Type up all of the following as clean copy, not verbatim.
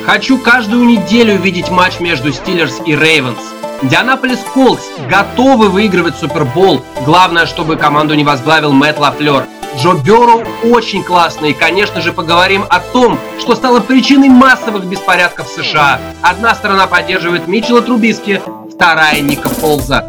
Хочу каждую неделю видеть матч между Стиллерс и Рейвенс. Индианаполис Колтс готовы выигрывать Супербол. Главное, чтобы команду не возглавил Мэтт Лафлёр. Джо Бёрроу очень классный. И, конечно же, поговорим о том, что стало причиной массовых беспорядков в США. Одна сторона поддерживает Митчелла Трубиски, вторая — Ника Фолза.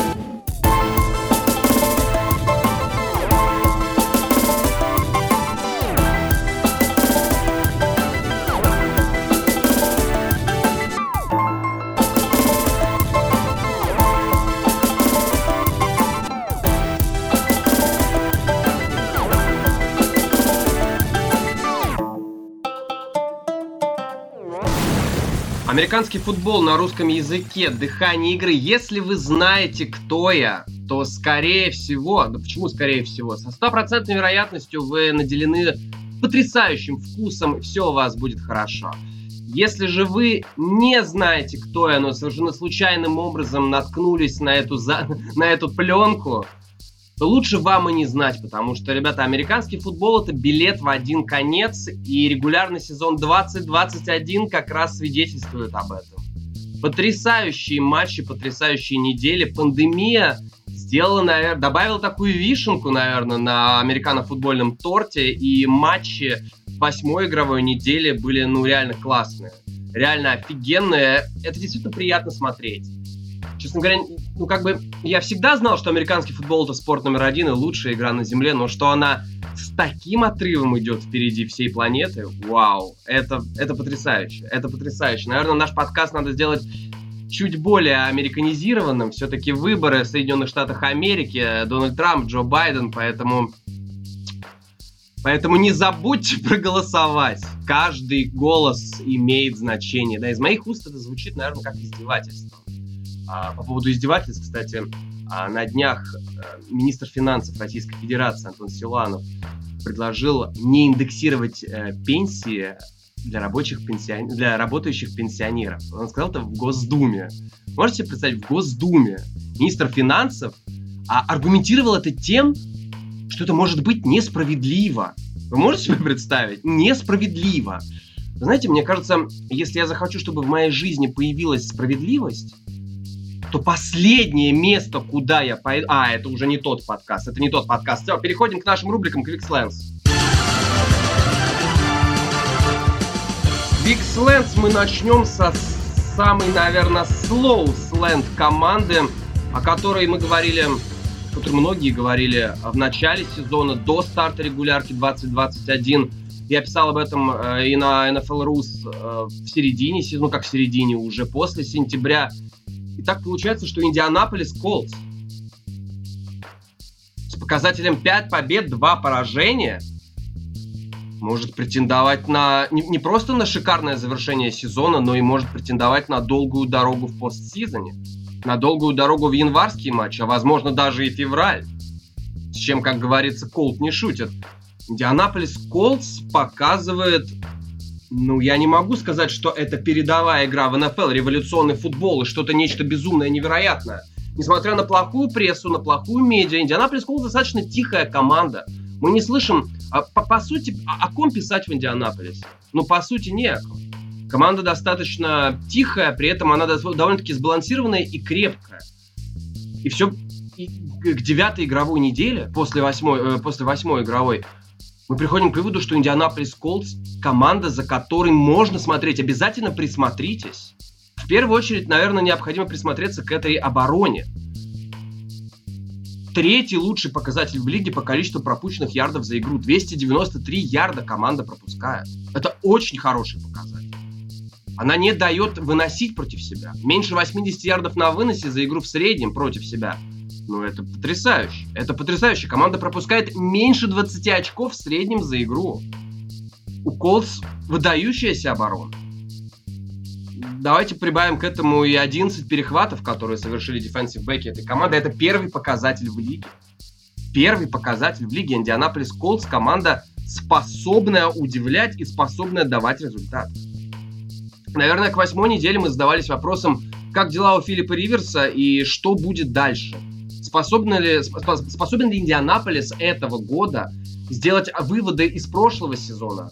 Американский футбол на русском языке, дыхание игры. Если вы знаете, кто я, то скорее всего, да почему скорее всего, со 100% вероятностью вы наделены потрясающим вкусом, все у вас будет хорошо. Если же вы не знаете, кто я, но совершенно случайным образом наткнулись на эту пленку, то лучше вам и не знать, потому что, ребята, американский футбол — это билет в один конец, и регулярный сезон 2021 как раз свидетельствует об этом. Потрясающие матчи, потрясающие недели. Пандемия добавила такую вишенку, наверное, на американо-футбольном торте, и матчи 8-й игровой недели были, реально классные, реально офигенные. Это действительно приятно смотреть. Честно говоря, я всегда знал, что американский футбол — это спорт номер один и лучшая игра на земле, но что она с таким отрывом идет впереди всей планеты, вау, это потрясающе, это потрясающе. Наверное, наш подкаст надо сделать чуть более американизированным, все-таки выборы в Соединенных Штатах Америки, Дональд Трамп, Джо Байден, поэтому не забудьте проголосовать. Каждый голос имеет значение. Да, из моих уст это звучит, наверное, как издевательство. По поводу издевательств, кстати, на днях министр финансов Российской Федерации Антон Силуанов предложил не индексировать пенсии для работающих пенсионеров. Он сказал это в Госдуме. Можете себе представить, в Госдуме министр финансов аргументировал это тем, что это может быть несправедливо. Вы можете себе представить? Несправедливо. Вы знаете, мне кажется, если я захочу, чтобы в моей жизни появилась справедливость, то последнее место, куда я пойду... это уже не тот подкаст. Это не тот подкаст. Все, переходим к нашим рубрикам QuickSlants. QuickSlants мы начнем со самой, наверное, slow slant команды, о которой многие говорили в начале сезона, до старта регулярки 2021. Я писал об этом и на NFL.Rus в середине сезона, уже после сентября. И так получается, что Индианаполис Колтс с показателем 5 побед, 2 поражения может претендовать не просто на шикарное завершение сезона, но и может претендовать на долгую дорогу в постсезоне, на долгую дорогу в январские матчи, а возможно даже и февраль. С чем, как говорится, Колт не шутит. Индианаполис Колтс показывает... я не могу сказать, что это передовая игра в НФЛ, революционный футбол и нечто безумное, невероятное. Несмотря на плохую прессу, на плохую медиа, Индианаполис Колтс достаточно тихая команда. Мы не слышим, по сути, о ком писать в Индианаполисе. По сути, не о ком. Команда достаточно тихая, при этом она довольно-таки сбалансированная и крепкая. И все к 9-й игровой неделе, после 8-й игровой, мы приходим к выводу, что Индианаполис Колтс — команда, за которой можно смотреть. Обязательно присмотритесь. В первую очередь, наверное, необходимо присмотреться к этой обороне. 3-й лучший показатель в лиге по количеству пропущенных ярдов за игру. 293 ярда команда пропускает. Это очень хороший показатель. Она не дает выносить против себя. Меньше 80 ярдов на выносе за игру в среднем против себя. Это потрясающе. Это потрясающе. Команда пропускает меньше 20 очков в среднем за игру. У Колтс выдающаяся оборона. Давайте прибавим к этому и 11 перехватов, которые совершили дефенсив-бэки этой команды. Это первый показатель в лиге. Первый показатель в лиге. Индианаполис Колтс — команда, способная удивлять и способная давать результат. Наверное, к 8-й неделе мы задавались вопросом, как дела у Филиппа Риверса и что будет дальше. Способен ли Индианаполис этого года сделать выводы из прошлого сезона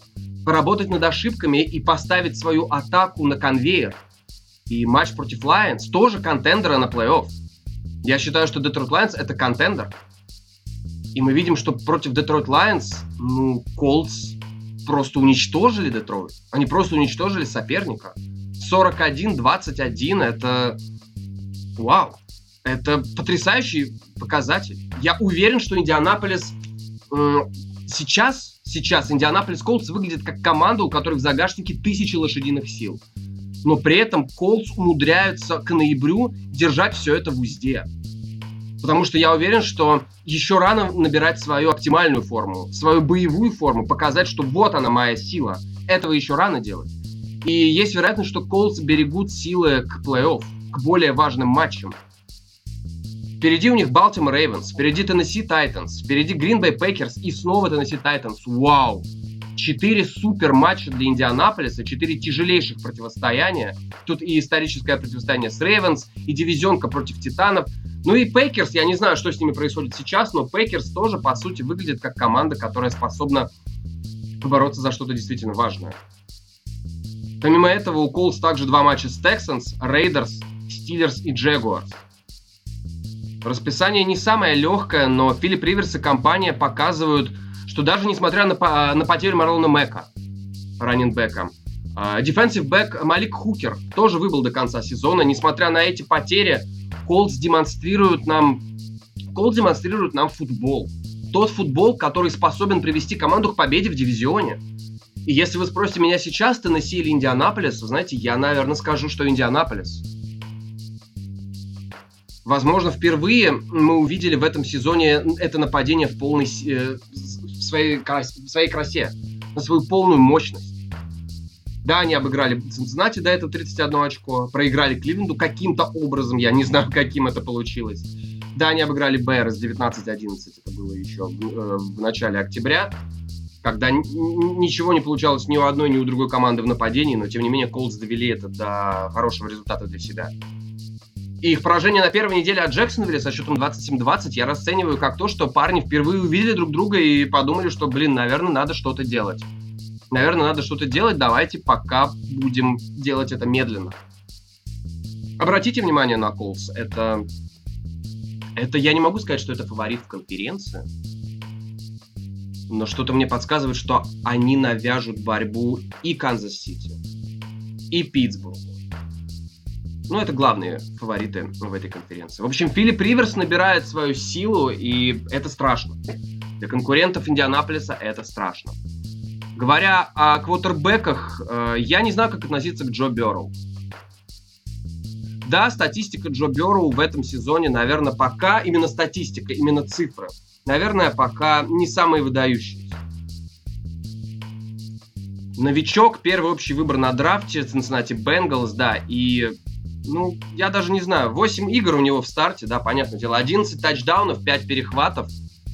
поработать над ошибками и поставить свою атаку на конвейер. И матч против Lions тоже контендеры на плей-офф. Я считаю, что Detroit Lions — это контендер. И мы видим, что против Detroit Lions, Colts просто уничтожили Детройт. Они просто уничтожили соперника. 41-21 — это... Вау! Это потрясающий показатель. Я уверен, что Индианаполис... Сейчас Индианаполис Колтс выглядит как команда, у которой в загашнике 1000 лошадиных сил. Но при этом Колтс умудряются к ноябрю держать все это в узде. Потому что я уверен, что еще рано набирать свою оптимальную форму, свою боевую форму, показать, что вот она моя сила. Этого еще рано делать. И есть вероятность, что Колтс берегут силы к плей-офф, к более важным матчам. Впереди у них Baltimore Ravens, впереди Tennessee Titans, впереди Green Bay Packers и снова Tennessee Titans. Вау! 4 супер матча для Индианаполиса, 4 тяжелейших противостояния. Тут и историческое противостояние с Ravens, и дивизионка против Титанов. Ну и Packers, я не знаю, что с ними происходит сейчас, но Packers тоже, по сути, выглядит как команда, которая способна побороться за что-то действительно важное. Помимо этого, у Colts также 2 матча с Texans, Raiders, Steelers и Jaguars. Расписание не самое легкое, но Филипп Риверс и компания показывают, что даже несмотря на потерю Марлона Мэка, раннинбека, дефенсив бэк Малик Хукер тоже выбыл до конца сезона. Несмотря на эти потери, Колтс демонстрируют нам футбол. Тот футбол, который способен привести команду к победе в дивизионе. И если вы спросите меня сейчас, Теннесси или Индианаполис, знаете, я, наверное, скажу, что Индианаполис. Возможно, впервые мы увидели в этом сезоне это нападение в полной в своей красе, на свою полную мощность. Да, они обыграли Цинциннати до этого 31 очко, проиграли Кливленду каким-то образом, я не знаю, каким это получилось. Да, они обыграли Бэрс 19-11, это было еще в начале октября, когда ничего не получалось ни у одной, ни у другой команды в нападении, но тем не менее Колтс довели это до хорошего результата для себя. И их поражение на первой неделе от Джексонвилля со счетом 27-20 я расцениваю как то, что парни впервые увидели друг друга и подумали, что, наверное, надо что-то делать. Давайте пока будем делать это медленно. Обратите внимание на Колтс. Это я не могу сказать, что это фаворит в конференции, но что-то мне подсказывает, что они навяжут борьбу и Канзас-Сити, и Питтсбургу. Это главные фавориты в этой конференции. В общем, Филипп Риверс набирает свою силу, и это страшно. Для конкурентов Индианаполиса это страшно. Говоря о квотербеках, я не знаю, как относиться к Джо Бёрроу. Да, статистика Джо Бёрроу в этом сезоне, наверное, пока, именно статистика, именно цифры, наверное, пока не самые выдающиеся. Новичок, первый общий выбор на драфте, Cincinnati Bengals, да, и... я даже не знаю, 8 игр у него в старте, да, понятное дело, 11 тачдаунов, 5 перехватов.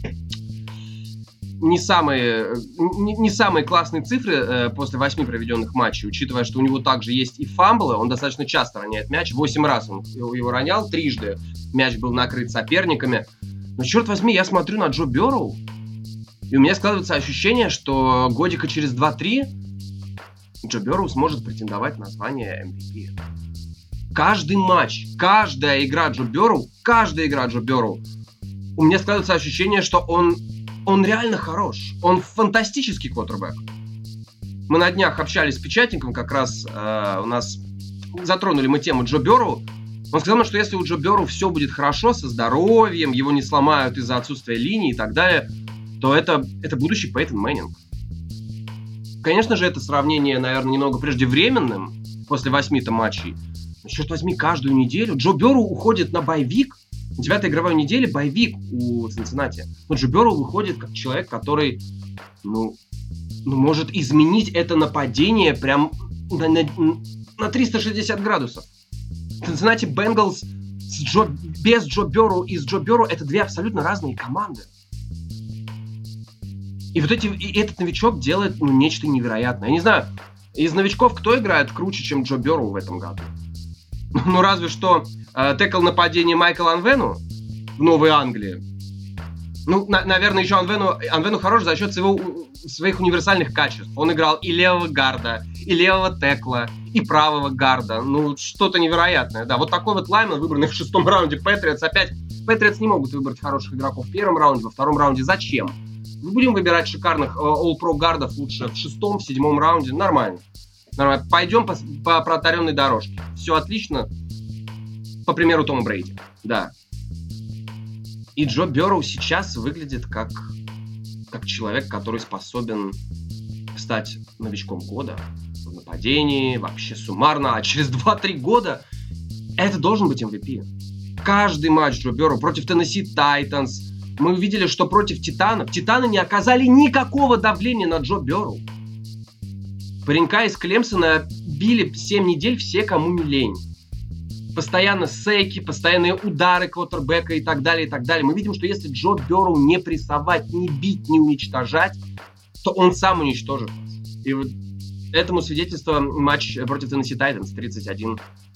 Не самые классные цифры после 8 проведенных матчей, учитывая, что у него также есть и фамблы, он достаточно часто роняет мяч, 8 раз он его ронял, трижды мяч был накрыт соперниками. Но, черт возьми, я смотрю на Джо Бёрроу, и у меня складывается ощущение, что годика через 2-3 Джо Бёрроу сможет претендовать на звание MVP. Каждый матч, каждая игра Джо Бёрроу, у меня складывается ощущение, что он реально хорош. Он фантастический квотербек. Мы на днях общались с печатником, как раз у нас затронули мы тему Джо Бёрроу. Он сказал нам, что если у Джо Бёрроу все будет хорошо со здоровьем, его не сломают из-за отсутствия линии и так далее, то это будущий Пейтон Мэннинг. Конечно же, это сравнение, наверное, немного преждевременным после 8 матчей. Но, черт возьми, каждую неделю Джо Бёрроу уходит на байвик. На 9-й игровой неделе байвик у Цинциннати. Но Джо Бёрроу выходит как человек, который, может изменить это нападение прям на 360 градусов. Цинциннати Бенгалс без Джо Бёрроу и с Джо Бёрроу — это 2 абсолютно разные команды. И этот новичок делает нечто невероятное. Я не знаю, из новичков кто играет круче, чем Джо Бёрроу в этом году? Разве что текл нападения Майкл Анвену в Новой Англии. Ну, наверное, еще Анвену хорош за счет своих универсальных качеств. Он играл и левого гарда, и левого текла, и правого гарда. Ну, что-то невероятное. Да, вот такой вот лайнмен, выбранный в 6-м раунде Патриотс. Опять, Патриотс не могут выбрать хороших игроков в 1-м раунде, во 2-м раунде. Зачем? Мы будем выбирать шикарных All-Pro гардов лучше в 6-м, в 7-м раунде. Нормально. Нормально. Пойдем по протаренной дорожке. Все отлично. По примеру Тома Брейди. Да. И Джо Бёрроу сейчас выглядит как человек, который способен стать новичком года в нападении, вообще суммарно. А через 2-3 года это должен быть MVP. Каждый матч Джо Бёрроу против Теннесси Тайтанс. Мы увидели, что против Титанов Титаны не оказали никакого давления на Джо Бёрроу. Паренька из Клемсона били 7 недель все, кому не лень. Постоянно сейки, постоянные удары квотербека и так далее, и так далее. Мы видим, что если Джо Бёрроу не прессовать, не бить, не уничтожать, то он сам уничтожит вас. И вот этому свидетельство матч против Теннесси Тайтанс 31-20.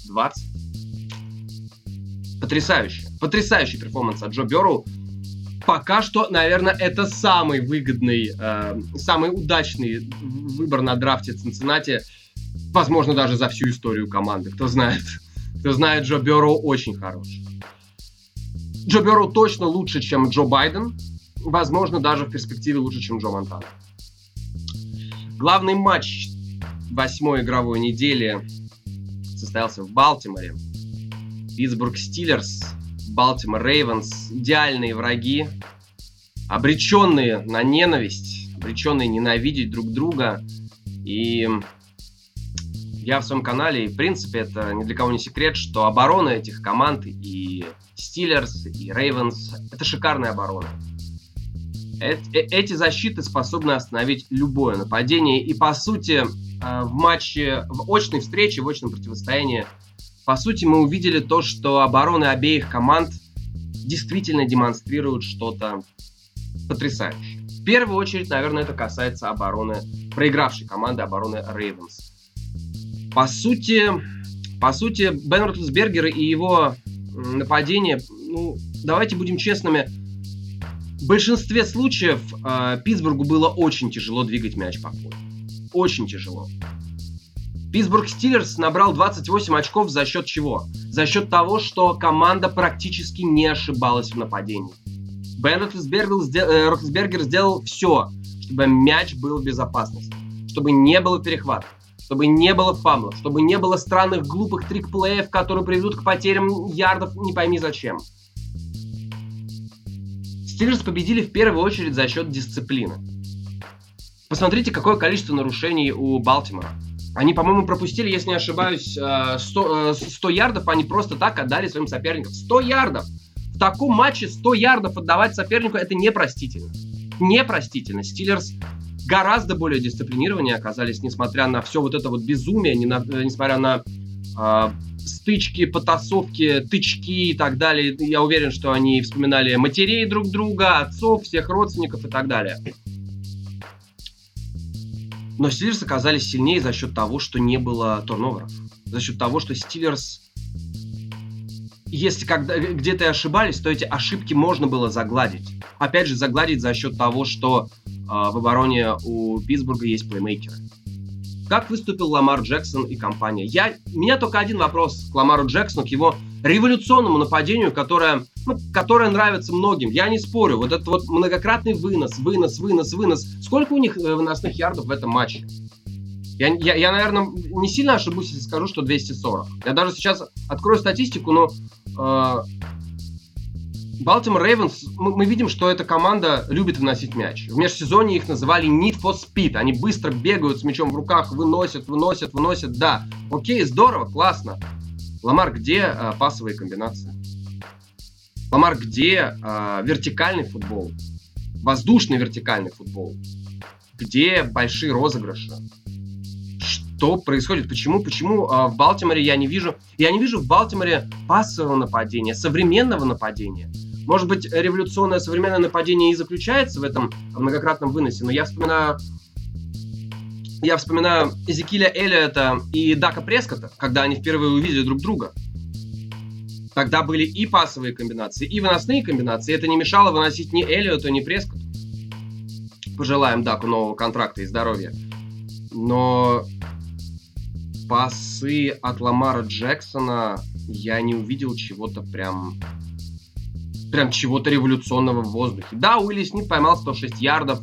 Потрясающий перформанс от Джо Бёрроу. Пока что, наверное, это самый выгодный, самый удачный выбор на драфте Цинциннати, возможно, даже за всю историю команды. Кто знает, Джо Бёрроу очень хорош. Джо Бёрроу точно лучше, чем Джо Байден. Возможно, даже в перспективе лучше, чем Джо Монтана. Главный матч 8-й игровой недели состоялся в Балтиморе. Питтсбург Стиллерс, Балтимор Рейвенс. Идеальные враги, обреченные на ненависть, обреченные ненавидеть друг друга. И я в своем канале, и в принципе это ни для кого не секрет, что оборона этих команд, и Стиллерс, и Рейвенс, это шикарная оборона. Эти защиты способны остановить любое нападение. И по сути в матче, в очной встрече, в очном противостоянии, по сути мы увидели то, что обороны обеих команд действительно демонстрируют что-то потрясающее. В первую очередь, наверное, это касается обороны проигравшей команды, обороны Рейвенс. По сути, Бен Ротлсбергер и его нападение, ну, давайте будем честными, в большинстве случаев Питтсбургу было очень тяжело двигать мяч по полю. Очень тяжело. Питтсбург Стиллерс набрал 28 очков за счет чего? За счет того, что команда практически не ошибалась в нападении. Бен Ротлсбергер сделал все, чтобы мяч был в безопасности, чтобы не было перехватов, чтобы не было фамблов, чтобы не было странных глупых трик-плеев, которые приведут к потерям ярдов не пойми зачем. Стиллерс победили в первую очередь за счет дисциплины. Посмотрите, какое количество нарушений у Балтимора. Они, по-моему, пропустили, если не ошибаюсь, 100 ярдов, они просто так отдали своим соперникам. 100 ярдов! В таком матче 100 ярдов отдавать сопернику — это непростительно. Непростительно. Стиллерс гораздо более дисциплинированнее оказались, несмотря на все вот это вот безумие, несмотря на стычки, потасовки, тычки и так далее. Я уверен, что они вспоминали матерей друг друга, отцов, всех родственников и так далее. Но Стиллерс оказались сильнее за счет того, что не было турноверов. За счет того, что Стиллерс, если где-то и ошибались, то эти ошибки можно было загладить. Опять же, загладить за счет того, что в обороне у Питтсбурга есть плеймейкеры. Как выступил Ламар Джексон и компания? У меня только один вопрос к Ламару Джексону, к его революционному нападению, которое нравится многим. Я не спорю. Вот этот вот многократный вынос. Сколько у них выносных ярдов в этом матче? Я, наверное, не сильно ошибусь, если скажу, что 240. Я даже сейчас открою статистику, но Балтимор Рейвенс, мы видим, что эта команда любит выносить мяч. В межсезонье их называли Need for Speed. Они быстро бегают с мячом в руках, выносят. Да, окей, здорово, классно. Ламар, где пасовые комбинации? Ламар, где вертикальный футбол? Воздушный вертикальный футбол? Где большие розыгрыши? Что происходит? Почему в Балтиморе я не вижу в Балтиморе пассового нападения, современного нападения? Может быть, революционное современное нападение и заключается в этом многократном выносе, но я вспоминаю Эзекиля Эллиота и Дака Прескотта, когда они впервые увидели друг друга. Тогда были и пасовые комбинации, и выносные комбинации. Это не мешало выносить ни Эллиоту, ни Прескотту. Пожелаем Даку нового контракта и здоровья. Но пасы от Ламара Джексона я не увидел чего-то прям чего-то революционного в воздухе. Да, Уилли Снит поймал 106 ярдов,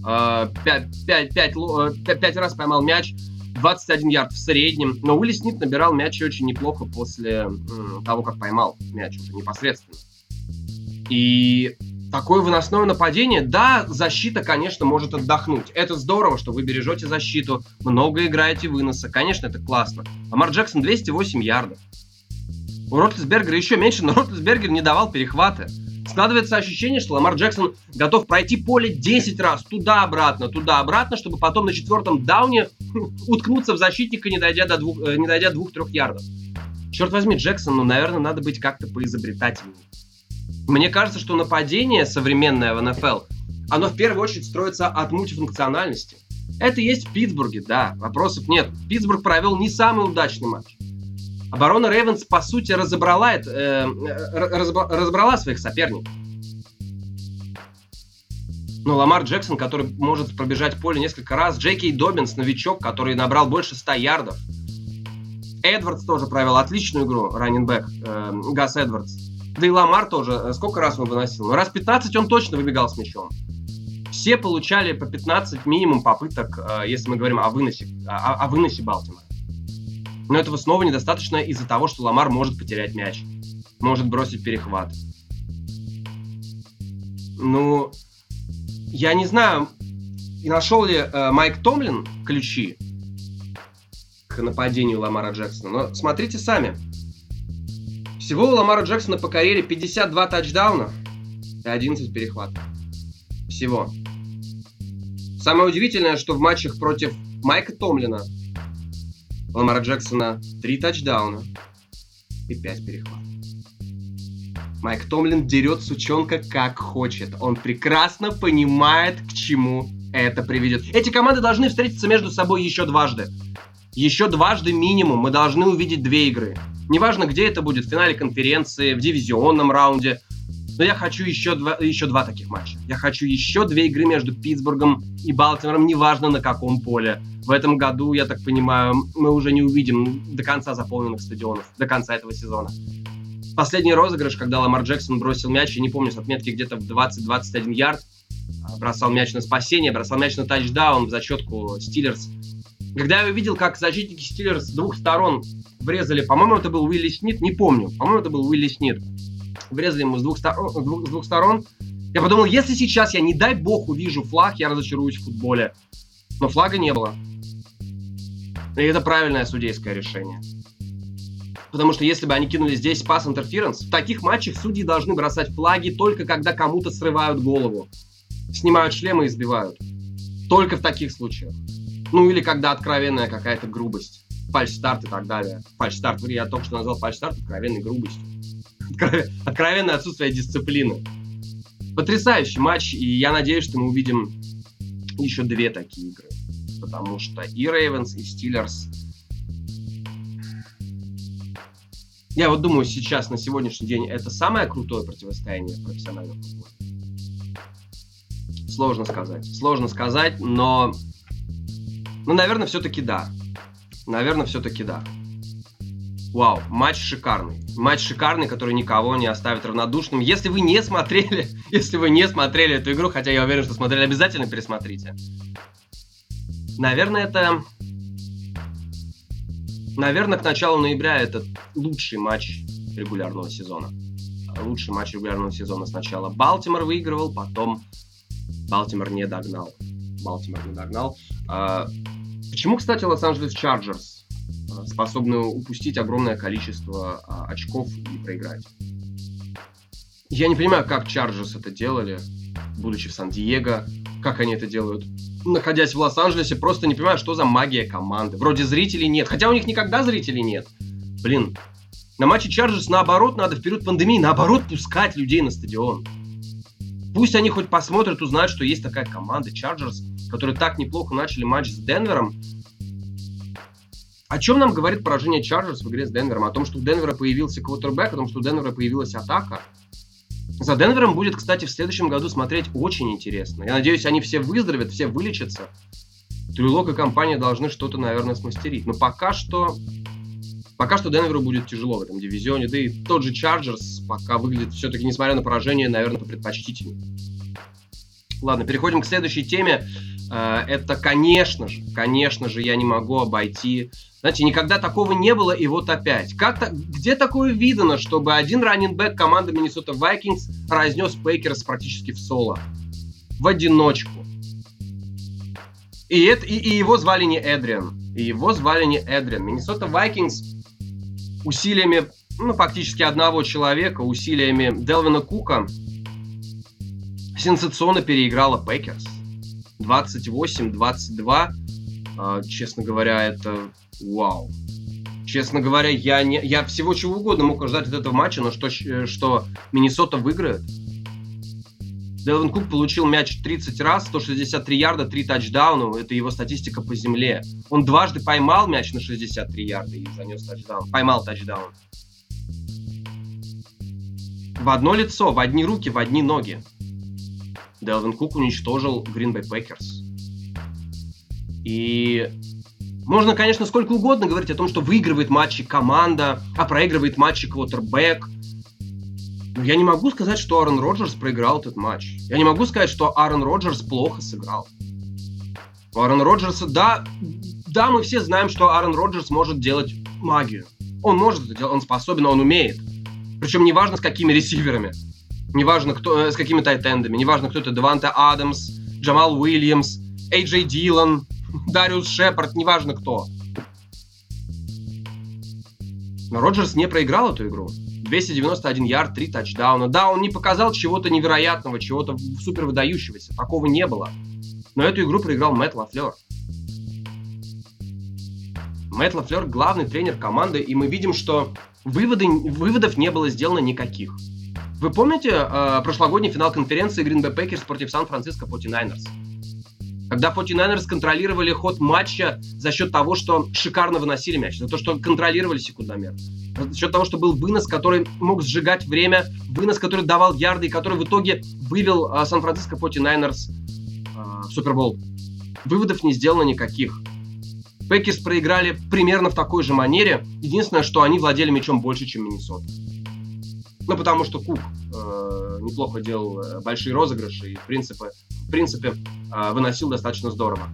5 раз поймал мяч, 21 ярд в среднем. Но Уилли Снит набирал мяч очень неплохо после того, как поймал мяч уже непосредственно. И такое выносное нападение, да, защита, конечно, может отдохнуть. Это здорово, что вы бережете защиту, много играете выноса. Конечно, это классно. Ламар Джексон 208 ярдов. У Ротлисбергера еще меньше, но Ротлисбергер не давал перехваты. Складывается ощущение, что Ламар Джексон готов пройти поле 10 раз туда-обратно, чтобы потом на 4-м дауне уткнуться в защитника, не дойдя 2-3 ярдов. Черт возьми, Джексон, наверное, надо быть как-то поизобретательнее. Мне кажется, что нападение современное в НФЛ, оно в первую очередь строится от мультифункциональности. Это есть в Питтсбурге, да, вопросов нет. Питтсбург провел не самый удачный матч. Оборона Рейвенс, по сути, разобрала своих соперников. Но Ламар Джексон, который может пробежать поле несколько раз, Джей Кей Доббинс, новичок, который набрал больше 100 ярдов. Эдвардс тоже провел отличную игру, раннинбэк, Гас Эдвардс. Да и Ламар тоже, сколько раз он выносил? Ну, раз 15 он точно выбегал с мячом. Все получали по 15 минимум попыток, если мы говорим о выносе Балтимора. Но этого снова недостаточно из-за того, что Ламар может потерять мяч, может бросить перехват. Ну, я не знаю, нашел ли Майк Томлин ключи к нападению Ламара Джексона, но смотрите сами. Всего у Ламара Джексона по карьере 52 тачдауна и 11 перехватов. Всего. Самое удивительное, что в матчах против Майка Томлина у Ламара Джексона 3 тачдауна и 5 перехватов. Майк Томлин дерет сучонка как хочет. Он прекрасно понимает, к чему это приведет. Эти команды должны встретиться между собой еще дважды. Еще дважды минимум мы должны увидеть 2 игры. Неважно, где это будет, в финале конференции, в дивизионном раунде. Но я хочу еще два таких матча. Я хочу еще 2 игры между Питтсбургом и Балтимором, неважно на каком поле. В этом году, я так понимаю, мы уже не увидим до конца заполненных стадионов, до конца этого сезона. Последний розыгрыш, когда Ламар Джексон бросил мяч, я не помню, с отметки где-то в 20-21 ярд, бросал мяч на спасение, бросал мяч на тачдаун в зачетку Стиллерс. Когда я увидел, как защитники Стиллерс с 2 сторон врезали, по-моему, это был Уилли Снит, не помню, по-моему, это был Уилли Снит, врезали ему с двух сторон, я подумал, если сейчас я, не дай бог, увижу флаг, я разочаруюсь в футболе. Но флага не было. И это правильное судейское решение. Потому что если бы они кинули здесь пас интерференс, в таких матчах судьи должны бросать флаги только когда кому-то срывают голову. Снимают шлемы и сбивают. Только в таких случаях. Ну или когда откровенная какая-то грубость. Фальш-старт и так далее. Фальш-старт, я только что назвал фальш-старт откровенной грубостью. Откровенное отсутствие дисциплины. Потрясающий матч, и я надеюсь, что мы увидим еще 2 такие игры. Потому что и Рейвенс, и Стиллерс. Я вот думаю, сейчас, на сегодняшний день, это самое крутое противостояние в профессиональном футболе. Сложно сказать, но... Ну, наверное, все-таки да. Вау, матч шикарный. Матч шикарный, который никого не оставит равнодушным. Если вы не смотрели эту игру, хотя я уверен, что смотрели, обязательно пересмотрите. Наверное, к началу ноября это лучший матч регулярного сезона. Сначала Балтимор выигрывал, потом Балтимор не догнал. Почему, кстати, Лос-Анджелес Чарджерс способны упустить огромное количество очков и проиграть? Я не понимаю, как Чарджерс это делали, будучи в Сан-Диего, как они это делают. Находясь в Лос-Анджелесе, просто не понимаю, что за магия команды. Вроде зрителей нет, хотя у них никогда зрителей нет. Блин, на матче Чарджерс наоборот надо в период пандемии, наоборот пускать людей на стадион. Пусть они хоть посмотрят, узнают, что есть такая команда Чарджерс, которые так неплохо начали матч с Денвером. О чем нам говорит поражение Чарджерс в игре с Денвером? О том, что у Денвера появился квотербэк, о том, что у Денвера появилась атака. За Денвером будет, кстати, в следующем году смотреть очень интересно. Я надеюсь, они все выздоровеют, все вылечатся. Дрю Лок и компания должны что-то, наверное, смастерить. Но пока что Денверу будет тяжело в этом дивизионе. Да и тот же Чарджерс пока выглядит все-таки, несмотря на поражение, наверное, предпочтительнее. Ладно, переходим к следующей теме. Это, конечно же, я не могу обойти. Знаете, никогда такого не было, и вот опять. Где такое видано, чтобы один раннинбэк команды Minnesota Vikings разнес Пейкерс практически в соло? В одиночку. И его звали не Эдриан. Minnesota Vikings усилиями, фактически одного человека, усилиями Делвина Кука сенсационно переиграла Пейкерс. 28-22. Честно говоря, это вау. Честно говоря, я всего чего угодно мог ожидать от этого матча, но что Миннесота выиграет. Делвин Кук получил мяч 30 раз, 163 ярда, 3 тачдауна. Это его статистика по земле. Он дважды поймал мяч на 63 ярда и занес тачдаун. Поймал тачдаун. В одно лицо, в одни руки, в одни ноги. Делвин Кук уничтожил Green Bay Packers. И можно, конечно, сколько угодно говорить о том, что выигрывает матчи команда, а проигрывает матчи квотербэк. Но я не могу сказать, что Аарон Роджерс проиграл этот матч. Я не могу сказать, что Аарон Роджерс плохо сыграл. У Аарона Роджерса, да, мы все знаем, что Аарон Роджерс может делать магию. Он может это делать, он способен, он умеет. Причем неважно, с какими ресиверами. Неважно, с какими тайтендами. Неважно, кто это. Деванте Адамс, Джамал Уильямс, Эй-Джей Дилан, Дариус Шепард. Неважно, кто. Но Роджерс не проиграл эту игру. 291 ярд, 3 тачдауна. Да, он не показал чего-то невероятного, чего-то супер выдающегося. Такого не было. Но эту игру проиграл Мэтт Лафлер. Мэтт Лафлер — главный тренер команды, и мы видим, что выводов не было сделано никаких. Вы помните прошлогодний финал конференции Green Bay Packers против Сан-Франциско 49ers? Когда 49ers контролировали ход матча за счет того, что шикарно выносили мяч, за то, что контролировали секундомер, за счет того, что был вынос, который мог сжигать время, вынос, который давал ярды, и который в итоге вывел Сан-Франциско 49ers в Супербол. Выводов не сделано никаких. Пекерс проиграли примерно в такой же манере. Единственное, что они владели мячом больше, чем Миннесота. Потому что Кук неплохо делал большие розыгрыши и, в принципе, выносил достаточно здорово.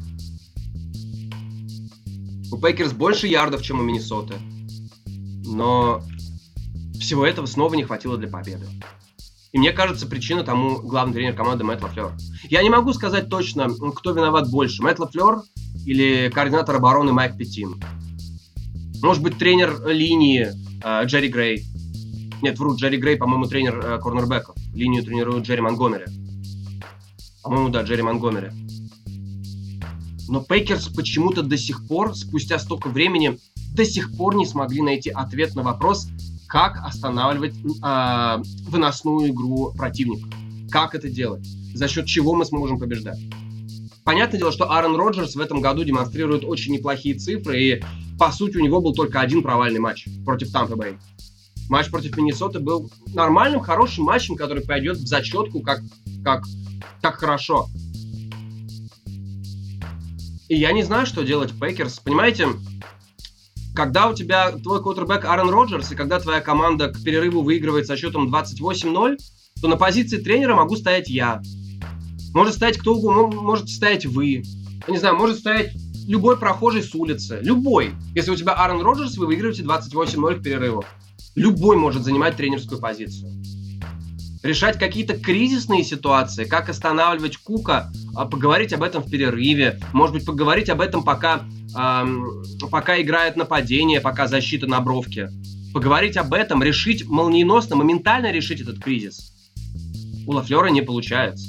У Пейкерс больше ярдов, чем у Миннесоты. Но всего этого снова не хватило для победы. И мне кажется, причина тому главный тренер команды Мэтт Лафлер. Я не могу сказать точно, кто виноват больше. Мэтт Лафлер или координатор обороны Майк Петтин. Может быть, тренер линии Джерри Грей. Нет, Джерри Грей, по-моему, тренер корнербэков. Линию тренирует Джерри Монгомери. По-моему, да, Джерри Монгомери. Но Пейкерс почему-то до сих пор, спустя столько времени, до сих пор не смогли найти ответ на вопрос, как останавливать выносную игру противника. Как это делать? За счет чего мы сможем побеждать? Понятное дело, что Аарон Роджерс в этом году демонстрирует очень неплохие цифры, и, по сути, у него был только один провальный матч против Тампа Бэй. Матч против Миннесоты был нормальным, хорошим матчем, который пойдет в зачетку как хорошо. И я не знаю, что делать Пейкерс. Понимаете, когда у тебя твой квотербэк Аарон Роджерс, и когда твоя команда к перерыву выигрывает со счетом 28-0, то на позиции тренера могу стоять я. Может стоять кто угодно, можете стоять вы. Я не знаю, может стоять любой прохожий с улицы. Любой. Если у тебя Аарон Роджерс, вы выигрываете 28-0 к перерыву. Любой может занимать тренерскую позицию. Решать какие-то кризисные ситуации, как останавливать Кука, поговорить об этом в перерыве, может быть, поговорить об этом, пока играет нападение, пока защита на бровке. Поговорить об этом, решить молниеносно, моментально решить этот кризис. У Лафлера не получается.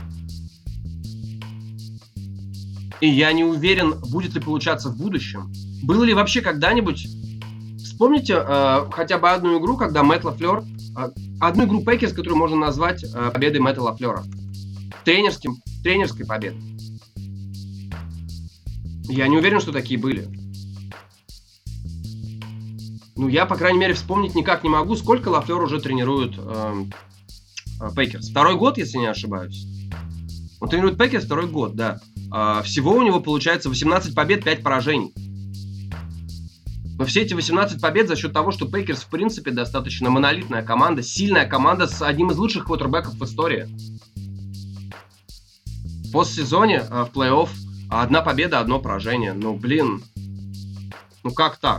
И я не уверен, будет ли получаться в будущем. Было ли вообще когда-нибудь... Вспомните хотя бы одну игру, когда Мэтт Лафлер... Одну игру Пейкерс, которую можно назвать победой Мэтта Лафлера. Тренерской победой. Я не уверен, что такие были. Ну, я, по крайней мере, вспомнить никак не могу, сколько Лафлер уже тренирует Пейкерс. 2-й год, если не ошибаюсь. Он тренирует Пейкерс 2-й год, да. Всего у него получается 18 побед, 5 поражений. Но все эти 18 побед за счет того, что Пейкерс, в принципе, достаточно монолитная команда, сильная команда с одним из лучших квотербеков в истории. В постсезоне, в плей-офф, 1 победа, 1 поражение. Ну, блин. Ну, как так?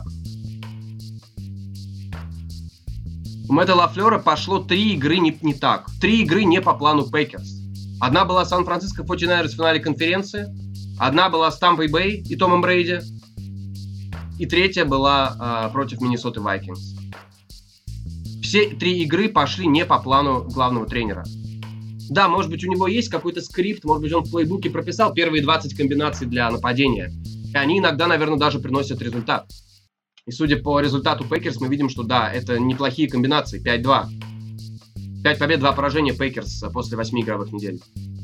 У Мэтта Лафлера пошло 3 игры не так. 3 игры не по плану Пейкерс. Одна была Сан-Франциско 49ерс в финале конференции. Одна была с Тампой Бэй и Томом Брейди. И 3-я была против Миннесоты Вайкингс. Все 3 игры пошли не по плану главного тренера. Да, может быть, у него есть какой-то скрипт, может быть, он в плейбуке прописал первые 20 комбинаций для нападения. И они иногда, наверное, даже приносят результат. И судя по результату Пейкерс, мы видим, что да, это неплохие комбинации. 5-2. 5 побед, 2 поражения Пейкерс после 8 игровых недель.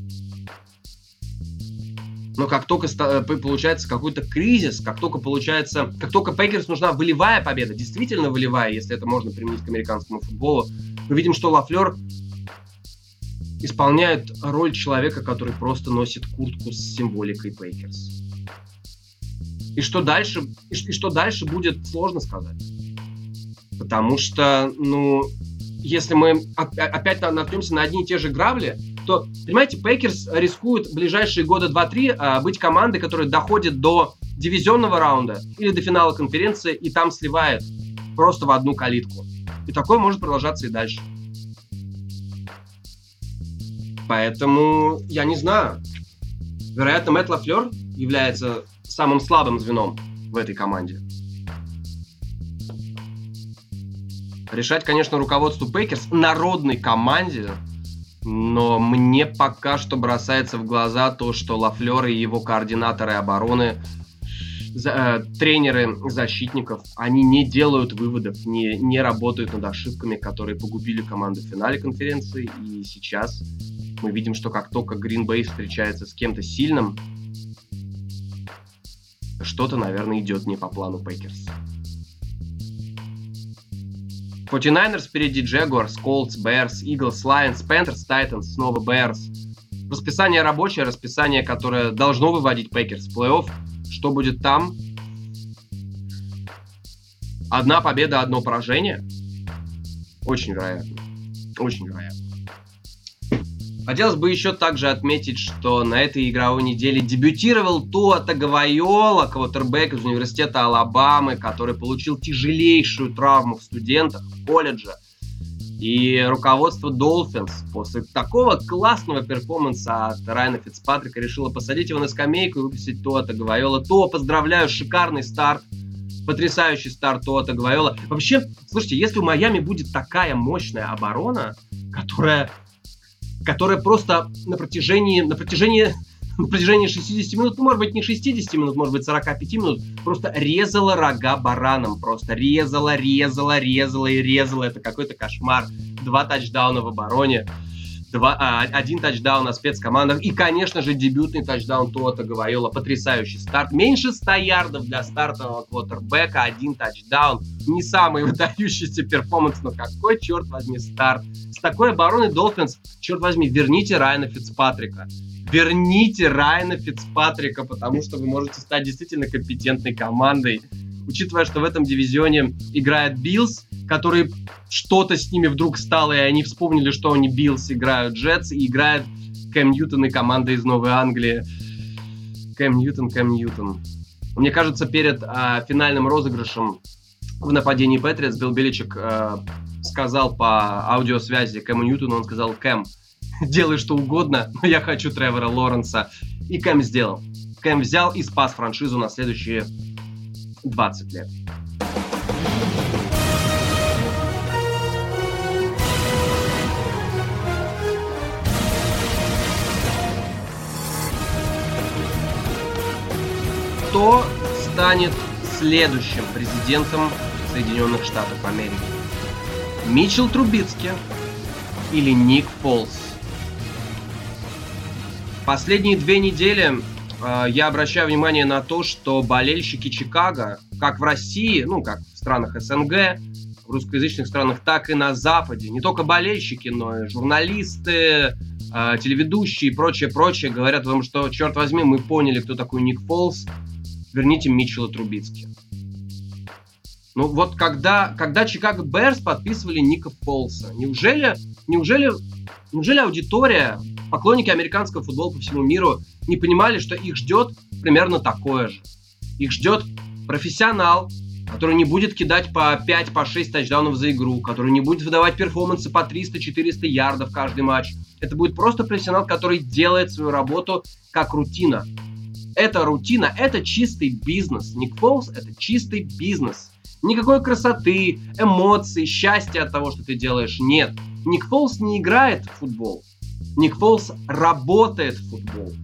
Но как только получается какой-то кризис, как только Пейкерс нужна волевая победа, действительно волевая, если это можно применить к американскому футболу, мы видим, что Лафлер исполняет роль человека, который просто носит куртку с символикой Пейкерс. И что дальше будет, сложно сказать. Потому что, если мы опять наткнемся на одни и те же грабли, то, понимаете, Пейкерс рискует в ближайшие года 2-3 быть командой, которая доходит до дивизионного раунда или до финала конференции и там сливает просто в одну калитку. И такое может продолжаться и дальше. Поэтому, я не знаю. Вероятно, Мэтт Лафлер является самым слабым звеном в этой команде. Решать, конечно, руководству Пейкерс, народной команде, но мне пока что бросается в глаза то, что Лафлер и его координаторы обороны, тренеры защитников, они не делают выводов, не работают над ошибками, которые погубили команду в финале конференции. И сейчас мы видим, что как только Green Bay встречается с кем-то сильным, что-то, наверное, идет не по плану Пейкерс. 49ерс впереди Jaguars, Colts, Bears, Eagles, Lions, Panthers, Titans, снова Bears. Расписание рабочее, расписание, которое должно выводить Пейкерс в плей-офф. Что будет там? 1 победа, 1 поражение. Очень вероятно. Очень вероятно. Хотелось бы еще также отметить, что на этой игровой неделе дебютировал Туа Таговайола, квотербэк из университета Алабамы, который получил тяжелейшую травму в студентах, в колледже. И руководство Dolphins после такого классного перформанса от Райана Фицпатрика решило посадить его на скамейку и выпустить Туа Таговайола. Туа, поздравляю, шикарный старт. Потрясающий старт Туа Таговайола. Вообще, слушайте, если у Майами будет такая мощная оборона, которая просто на протяжении 60 минут, может быть, не 60 минут, может быть, 45 минут, просто резала рога баранам, просто резала. Это какой-то кошмар. 2 тачдауна в обороне, 1 тачдаун на спецкомандах и, конечно же, дебютный тачдаун Туа Таговайола. Потрясающий старт. Меньше 100 ярдов для стартового квотербека, 1 тачдаун. Не самый выдающийся перформанс, но какой, черт возьми, старт. С такой обороной Dolphins, черт возьми, верните Райана Фицпатрика. Верните Райана Фицпатрика, потому что вы можете стать действительно компетентной командой. Учитывая, что в этом дивизионе играет Биллс, которые что-то с ними вдруг стало, и они вспомнили, что они Биллс, играют Джетс, и играет Кэм Ньютон и команда из Новой Англии. Кэм Ньютон. Мне кажется, перед финальным розыгрышем в нападении Патриотс Билл Беличек сказал по аудиосвязи Кэму Ньютону, он сказал: «Кэм, делай что угодно, но я хочу Тревора Лоренса». И Кэм сделал. Кэм взял и спас франшизу на следующие 20 лет. Кто станет следующим президентом Соединенных Штатов Америки? Митчелл Трубицки или Ник Фолс? Последние 2 недели я обращаю внимание на то, что болельщики Чикаго, как в России, как в странах СНГ, в русскоязычных странах, так и на Западе. Не только болельщики, но и журналисты, телеведущие и прочее говорят вам, что, черт возьми, мы поняли, кто такой Ник Фолс, верните Митчелла Трубицки. Ну вот когда Чикаго Берс подписывали Ника Фолса, неужели аудитория, поклонники американского футбола по всему миру не понимали, что их ждет примерно такое же? Их ждет профессионал, который не будет кидать по 5, по 6 тачдаунов за игру, который не будет выдавать перформансы по 300-400 ярдов каждый матч. Это будет просто профессионал, который делает свою работу как рутина. Это рутина, это чистый бизнес. Ник Фолс — это чистый бизнес. Никакой красоты, эмоций, счастья от того, что ты делаешь, нет. Ник Фолс не играет в футбол. Ник Фолс работает в футбол.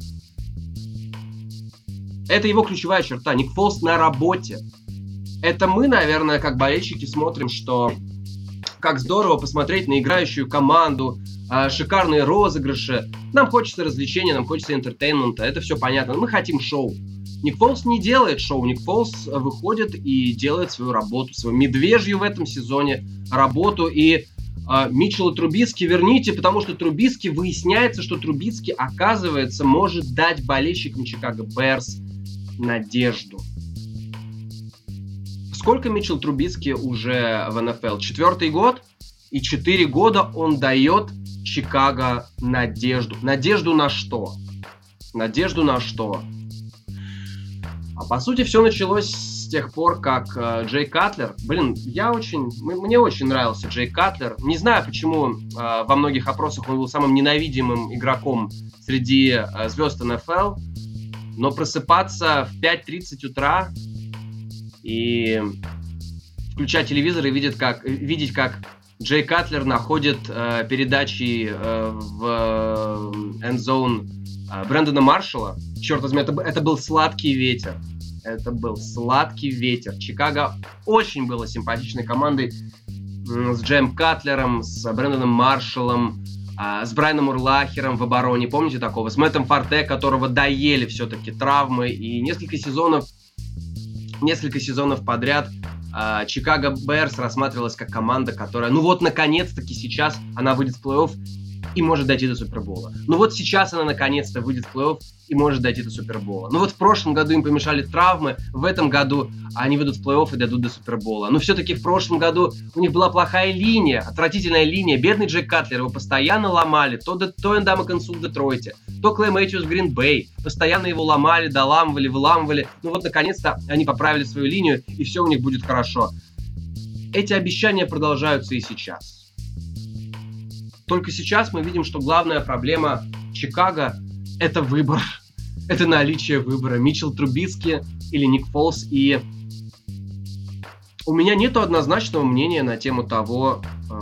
Это его ключевая черта. Ник Фолс на работе. Это мы, наверное, как болельщики смотрим, что как здорово посмотреть на играющую команду, шикарные розыгрыши. Нам хочется развлечения, нам хочется интертеймента. Это все понятно. Но мы хотим шоу. Ник Фолс не делает шоу. Ник Фолс выходит и делает свою работу, свою медвежью в этом сезоне работу. И Митчелла Трубицки верните, потому что Трубицки, выясняется, что Трубицки, оказывается, может дать болельщикам Чикаго Берс надежду. Сколько Митчелл Трубицки уже в НФЛ? 4-й год. И 4 года он дает Чикаго надежду. Надежду на что? Надежду на что? А по сути все началось с тех пор, как Джей Катлер... Мне очень нравился Джей Катлер. Не знаю, почему во многих опросах он был самым ненавидимым игроком среди звезд НФЛ. Но просыпаться в 5:30 утра и включать телевизор и видеть, как Джей Катлер находит передачи в эндзоун Брэндона Маршалла. Черт возьми, это был сладкий ветер. Это был сладкий ветер. Чикаго очень было симпатичной командой с Джеем Катлером, с Брэндоном Маршаллом, с Брайаном Урлахером в обороне. Помните такого? С Мэттом Форте, которого доели все-таки травмы. И несколько сезонов подряд Чикаго Берс рассматривалась как команда, которая, наконец-таки сейчас она выйдет в плей-офф и может дойти до Супербола. Сейчас она наконец-то выйдет в плей-офф и может дойти до Супербола. В прошлом году им помешали травмы, в этом году они выйдут в плей-офф и дойдут до Супербола. Но все-таки в прошлом году у них была плохая линия, отвратительная линия. Бедный Джек Катлер, его постоянно ломали. То Эндама Консул в Детройте, то Клей Мэтьюс в Грин Бэй. Постоянно его ломали, доламывали, выламывали. Наконец-то они поправили свою линию, и все у них будет хорошо. Эти обещания продолжаются и сейчас. Только сейчас мы видим, что главная проблема Чикаго — это выбор. Это наличие выбора. Митчелл Трубицки или Ник Фолс. И у меня нету однозначного мнения на тему того,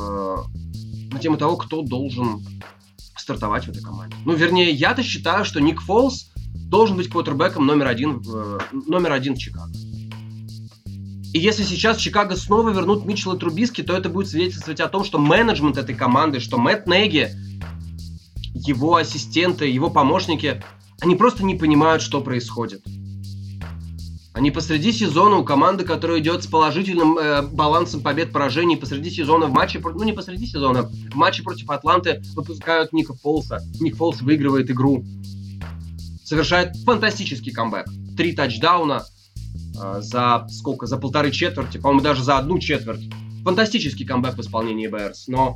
кто должен стартовать в этой команде. Я-то считаю, что Ник Фолс должен быть квотербеком номер один в Чикаго. И если сейчас Чикаго снова вернут Митчелла Трубицки, то это будет свидетельствовать о том, что менеджмент этой команды, что Мэтт Неги, его ассистенты, его помощники, они просто не понимают, что происходит. Они посреди сезона у команды, которая идет с положительным балансом побед-поражений, посреди сезона в матче, в матче против Атланты выпускают Ника Фолса. Ник Фолс выигрывает игру. Совершает фантастический камбэк. 3 тачдауна за полторы четверти, по-моему, даже за 1 четверть. Фантастический камбэк в исполнении Берс. Но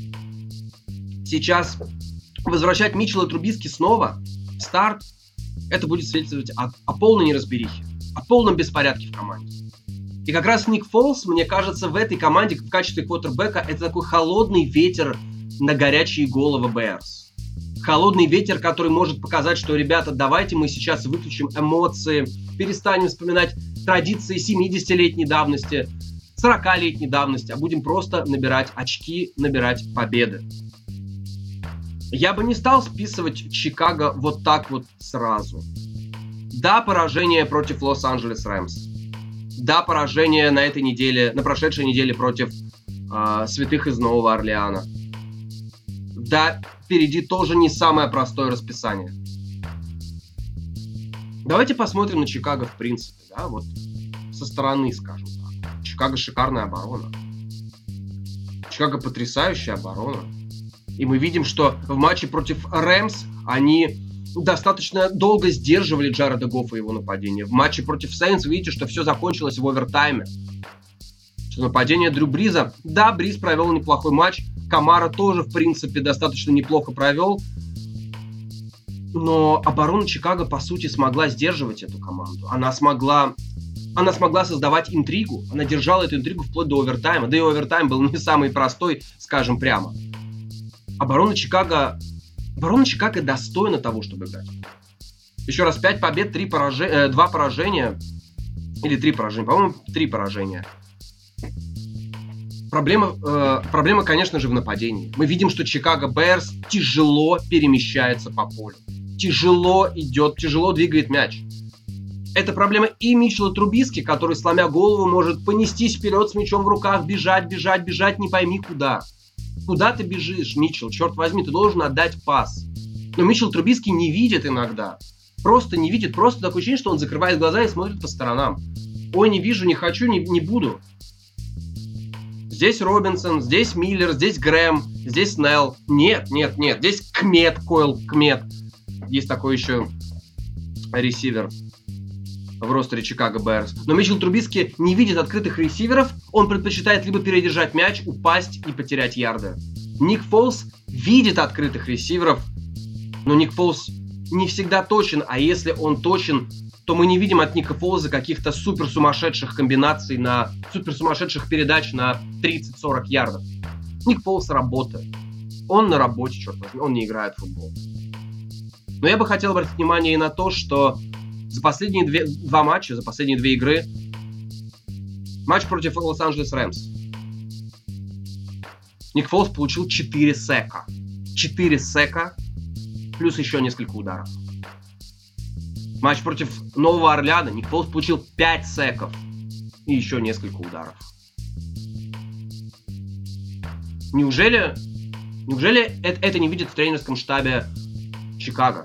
сейчас возвращать Митчелла Трубицки снова в старт, это будет свидетельствовать о полной неразберихе, о полном беспорядке в команде. И как раз Ник Фолс, мне кажется, в этой команде в качестве квотербека это такой холодный ветер на горячие головы Берс. Холодный ветер, который может показать, что, ребята, давайте мы сейчас выключим эмоции, перестанем вспоминать традиции 70-летней давности, 40-летней давности, а будем просто набирать очки, набирать победы. Я бы не стал списывать Чикаго вот так вот сразу. Да, поражение против Лос-Анджелес Рэмс. Да, поражение на прошедшей неделе против святых из Нового Орлеана. Да, впереди тоже не самое простое расписание. Давайте посмотрим на Чикаго в принципе, да, вот со стороны, скажем так. Чикаго шикарная оборона. Чикаго потрясающая оборона. И мы видим, что в матче против Рэмс они достаточно долго сдерживали Джареда Гоффа и его нападение. В матче против Сейнтс вы видите, что все закончилось в овертайме. Что нападение Дрю Бриза... Да, Бриз провел неплохой матч. Камара тоже, в принципе, достаточно неплохо провел. Но оборона Чикаго, по сути, смогла сдерживать эту команду. Она смогла создавать интригу. Она держала эту интригу вплоть до овертайма. Да и овертайм был не самый простой, скажем прямо. Оборона Чикаго достойна того, чтобы играть. Еще раз, 5 побед, 2 поражения. Или 3 поражения. По-моему, 3 поражения. Проблема, конечно же, в нападении. Мы видим, что Чикаго Берс тяжело перемещается по полю. Тяжело двигает мяч. Это проблема и Митчелла Трубиски, который, сломя голову, может понестись вперед с мячом в руках, бежать, не пойми куда. Куда ты бежишь, Митчелл? Черт возьми, ты должен отдать пас. Но Митчелл Трубиски не видит иногда. Просто не видит. Просто такое ощущение, что он закрывает глаза и смотрит по сторонам. Ой, не вижу, не хочу, не буду. Здесь Робинсон, здесь Миллер, здесь Грэм, здесь Снелл. Нет. Здесь Койл Кмет. Есть такой еще ресивер в ростере Чикаго Берс. Но Митчелл Трубиски не видит открытых ресиверов. Он предпочитает либо передержать мяч, упасть и потерять ярды. Ник Фолс видит открытых ресиверов, но Ник Фолс не всегда точен. А если он точен, то мы не видим от Ника Фолза каких-то супер сумасшедших комбинаций, супер сумасшедших передач на 30-40 ярдов. Ник Фолс работает. Он на работе, черт возьми, он не играет в футбол. Но я бы хотел обратить внимание и на то, что за последние 2 матча, за последние 2 игры, матч против Лос-Анджелес Рэмс, Ник Фолс получил 4 сека. 4 сека, плюс еще несколько ударов. Матч против Нового Орлеана, Ник Фолс получил 5 секов и еще несколько ударов. Неужели это не видит в тренерском штабе Чикаго?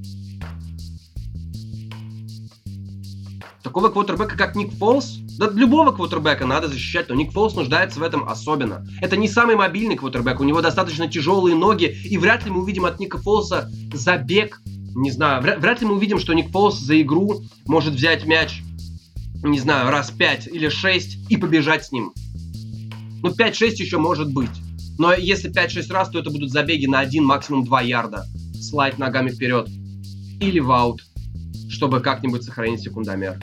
Такого квотербека, как Ник Фолс, да любого квотербека надо защищать, но Ник Фолс нуждается в этом особенно. Это не самый мобильный квотербек, у него достаточно тяжелые ноги, и вряд ли мы увидим от Ника Фолса забег. Не знаю, вряд ли мы увидим, что Ник Фолс за игру может взять мяч, не знаю, раз 5 или 6 и побежать с ним. Ну, 5-6 еще может быть. Но если 5-6 раз, то это будут забеги на 1, максимум 2 ярда. Слайд ногами вперед. Или в аут, чтобы как-нибудь сохранить секундомер.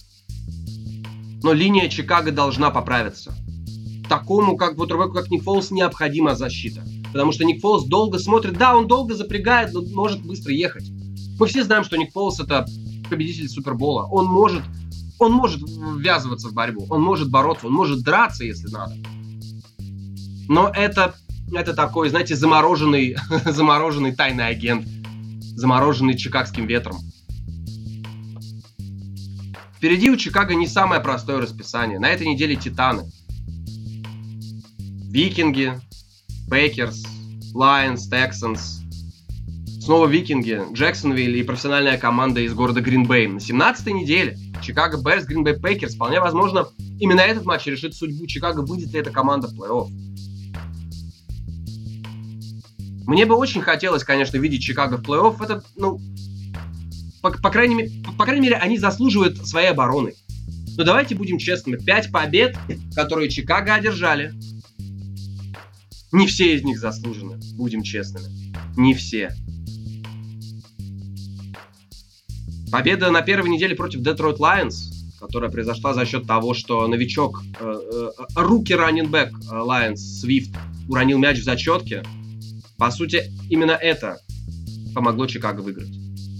Но линия Чикаго должна поправиться. Такому квотербеку, как Ник Фолс, необходима защита. Потому что Ник Фолс долго смотрит. Да, он долго запрягает, но может быстро ехать. Мы все знаем, что Ник Фолс — это победитель Супербола. Он может ввязываться в борьбу. Он может бороться, он может драться, если надо. Но это такой, знаете, замороженный тайный агент. Замороженный чикагским ветром. Впереди у Чикаго не самое простое расписание. На этой неделе Титаны. Викинги, Пейкерс, Лайонс, Тексанс. Снова Викинги, Джексонвилл и профессиональная команда из города Грин-Бэй. На 17-й неделе Чикаго Берс, Грин-Бэй Пейкерс. Вполне возможно, именно этот матч решит судьбу Чикаго, выйдет ли эта команда в плей-офф. Мне бы очень хотелось, конечно, видеть Чикаго в плей-офф. Это, по крайней мере, они заслуживают своей обороны. Но давайте будем честными. 5 побед, которые Чикаго одержали, не все из них заслужены. Будем честными. Не все. Победа на первой неделе против Детройт Лайонс, которая произошла за счет того, что новичок, руки-раннинбэк Лайонс Свифт уронил мяч в зачетке. По сути, именно это помогло Чикаго выиграть.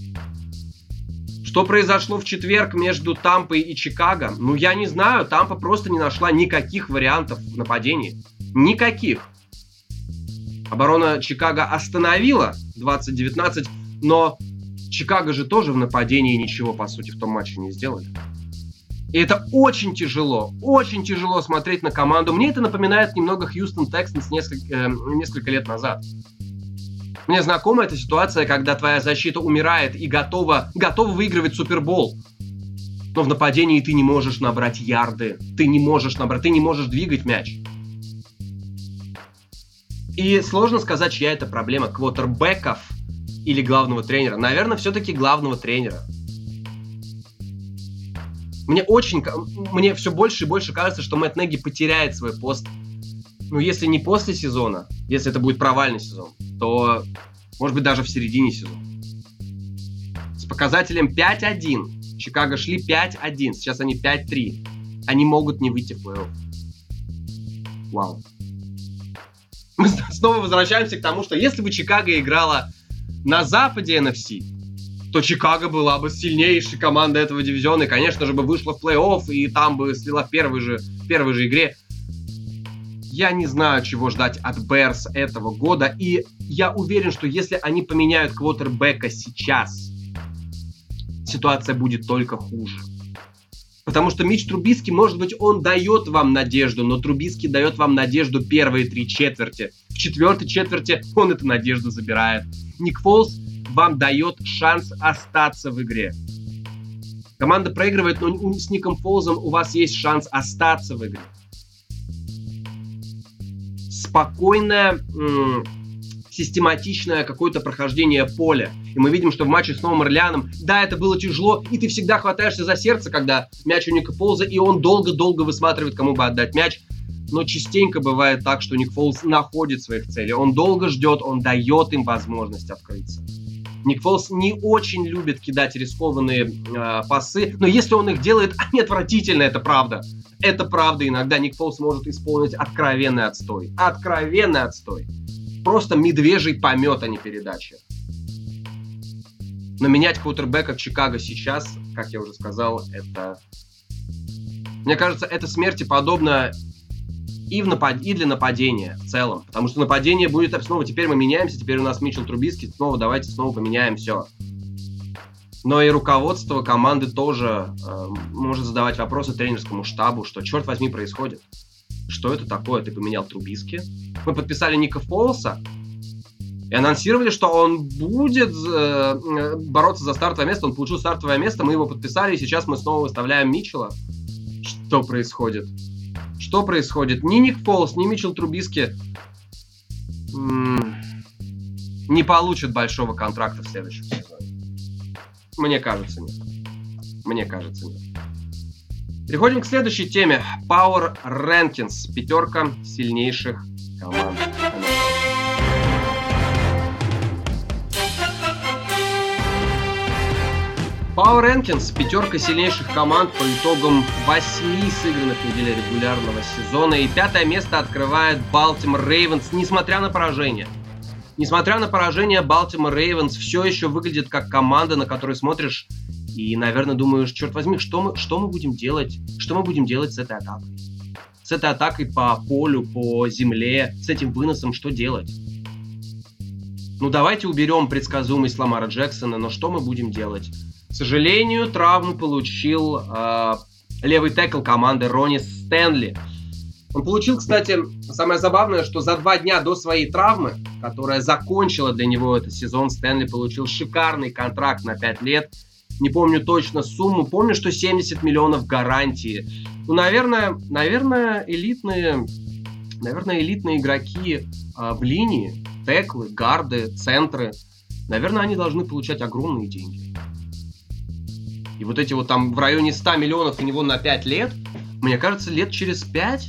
Что произошло в четверг между Тампой и Чикаго? Я не знаю. Тампа просто не нашла никаких вариантов в нападении. Никаких. Оборона Чикаго остановила 20-19, но Чикаго же тоже в нападении ничего, по сути, в том матче не сделали. И это очень тяжело смотреть на команду. Мне это напоминает немного Хьюстон Текснс несколько лет назад. Мне знакома эта ситуация, когда твоя защита умирает и готова выигрывать Супербол. Но в нападении ты не можешь набрать ярды, ты не можешь двигать мяч. И сложно сказать, чья это проблема, квотербеков или главного тренера. Наверное, все-таки главного тренера. Мне все больше и больше кажется, что Мэтт Неги потеряет свой пост. Ну, если не после сезона, если это будет провальный сезон, то, может быть, даже в середине сезона. С показателем 5-1. Чикаго шли 5-1. Сейчас они 5-3. Они могут не выйти в плей-офф. Вау. Мы снова возвращаемся к тому, что если бы Чикаго играла на западе NFC, то Чикаго была бы сильнейшей командой этого дивизиона и, конечно же, бы вышла в плей-офф и там бы слила в первой же игре. Я не знаю, чего ждать от Берс этого года, и я уверен, что если они поменяют квотербека сейчас, ситуация будет только хуже. Потому что Митч Трубиски, может быть, он дает вам надежду, но Трубиски дает вам надежду первые 3 четверти. В 4-й четверти он эту надежду забирает. Ник Фолс вам дает шанс остаться в игре. Команда проигрывает, но с Ником Фолзом у вас есть шанс остаться в игре. Спокойное, систематичное какое-то прохождение поля. И мы видим, что в матче с Новым Орлеаном, да, это было тяжело, и ты всегда хватаешься за сердце, когда мяч у Ника Фолза, и он долго-долго высматривает, кому бы отдать мяч. Но частенько бывает так, что Ник Фолз находит своих целей. Он долго ждет, он дает им возможность открыться. Ник Фолз не очень любит кидать рискованные пасы, но если он их делает, они отвратительны, это правда. Это правда, иногда Ник Фолз может исполнить откровенный отстой. Откровенный отстой. Просто медвежий помет, а не передача. Но менять квотербека в Чикаго сейчас, как я уже сказал, это... Мне кажется, это смерти подобно и для нападения в целом. Потому что нападение будет снова, теперь мы меняемся, теперь у нас Митчелл Трубиски, давайте снова поменяем все. Но и руководство команды тоже может задавать вопросы тренерскому штабу, что, черт возьми, происходит. Что это такое? Ты поменял Трубиски? Мы подписали Ника Фолса и анонсировали, что он будет бороться за стартовое место. Он получил стартовое место, мы его подписали, и сейчас мы снова выставляем Митчелла. Что происходит? Что происходит? Ни Ник Фолс, ни Митчелл Трубиски не получат большого контракта в следующем сезоне. Мне кажется, нет. Переходим к следующей теме. Power Rankings. 5 сильнейших команд. Power Rankings. 5 сильнейших команд по итогам 8 сыгранных недель регулярного сезона. И 5 место открывает Baltimore Ravens, несмотря на поражение. Несмотря на поражение, Baltimore Ravens все еще выглядит как команда, на которую смотришь и, наверное, думаешь, черт возьми, что мы будем делать? Что мы будем делать с этой атакой? С этой атакой по полю, по земле, с этим выносом что делать? Ну, давайте уберем предсказуемость Ламара Джексона, но что мы будем делать? К сожалению, травму получил левый текл команды Ронни Стэнли. Он получил, кстати, самое забавное, что за 2 дня до своей травмы, которая закончила для него этот сезон, Стэнли получил шикарный контракт на 5 лет. Не помню точно сумму, помню, что 70 миллионов гарантии. Ну, наверное, элитные игроки в линии, теклы, гарды, центры, наверное, они должны получать огромные деньги. И вот эти вот там в районе 100 миллионов у него на 5 лет, мне кажется, лет через 5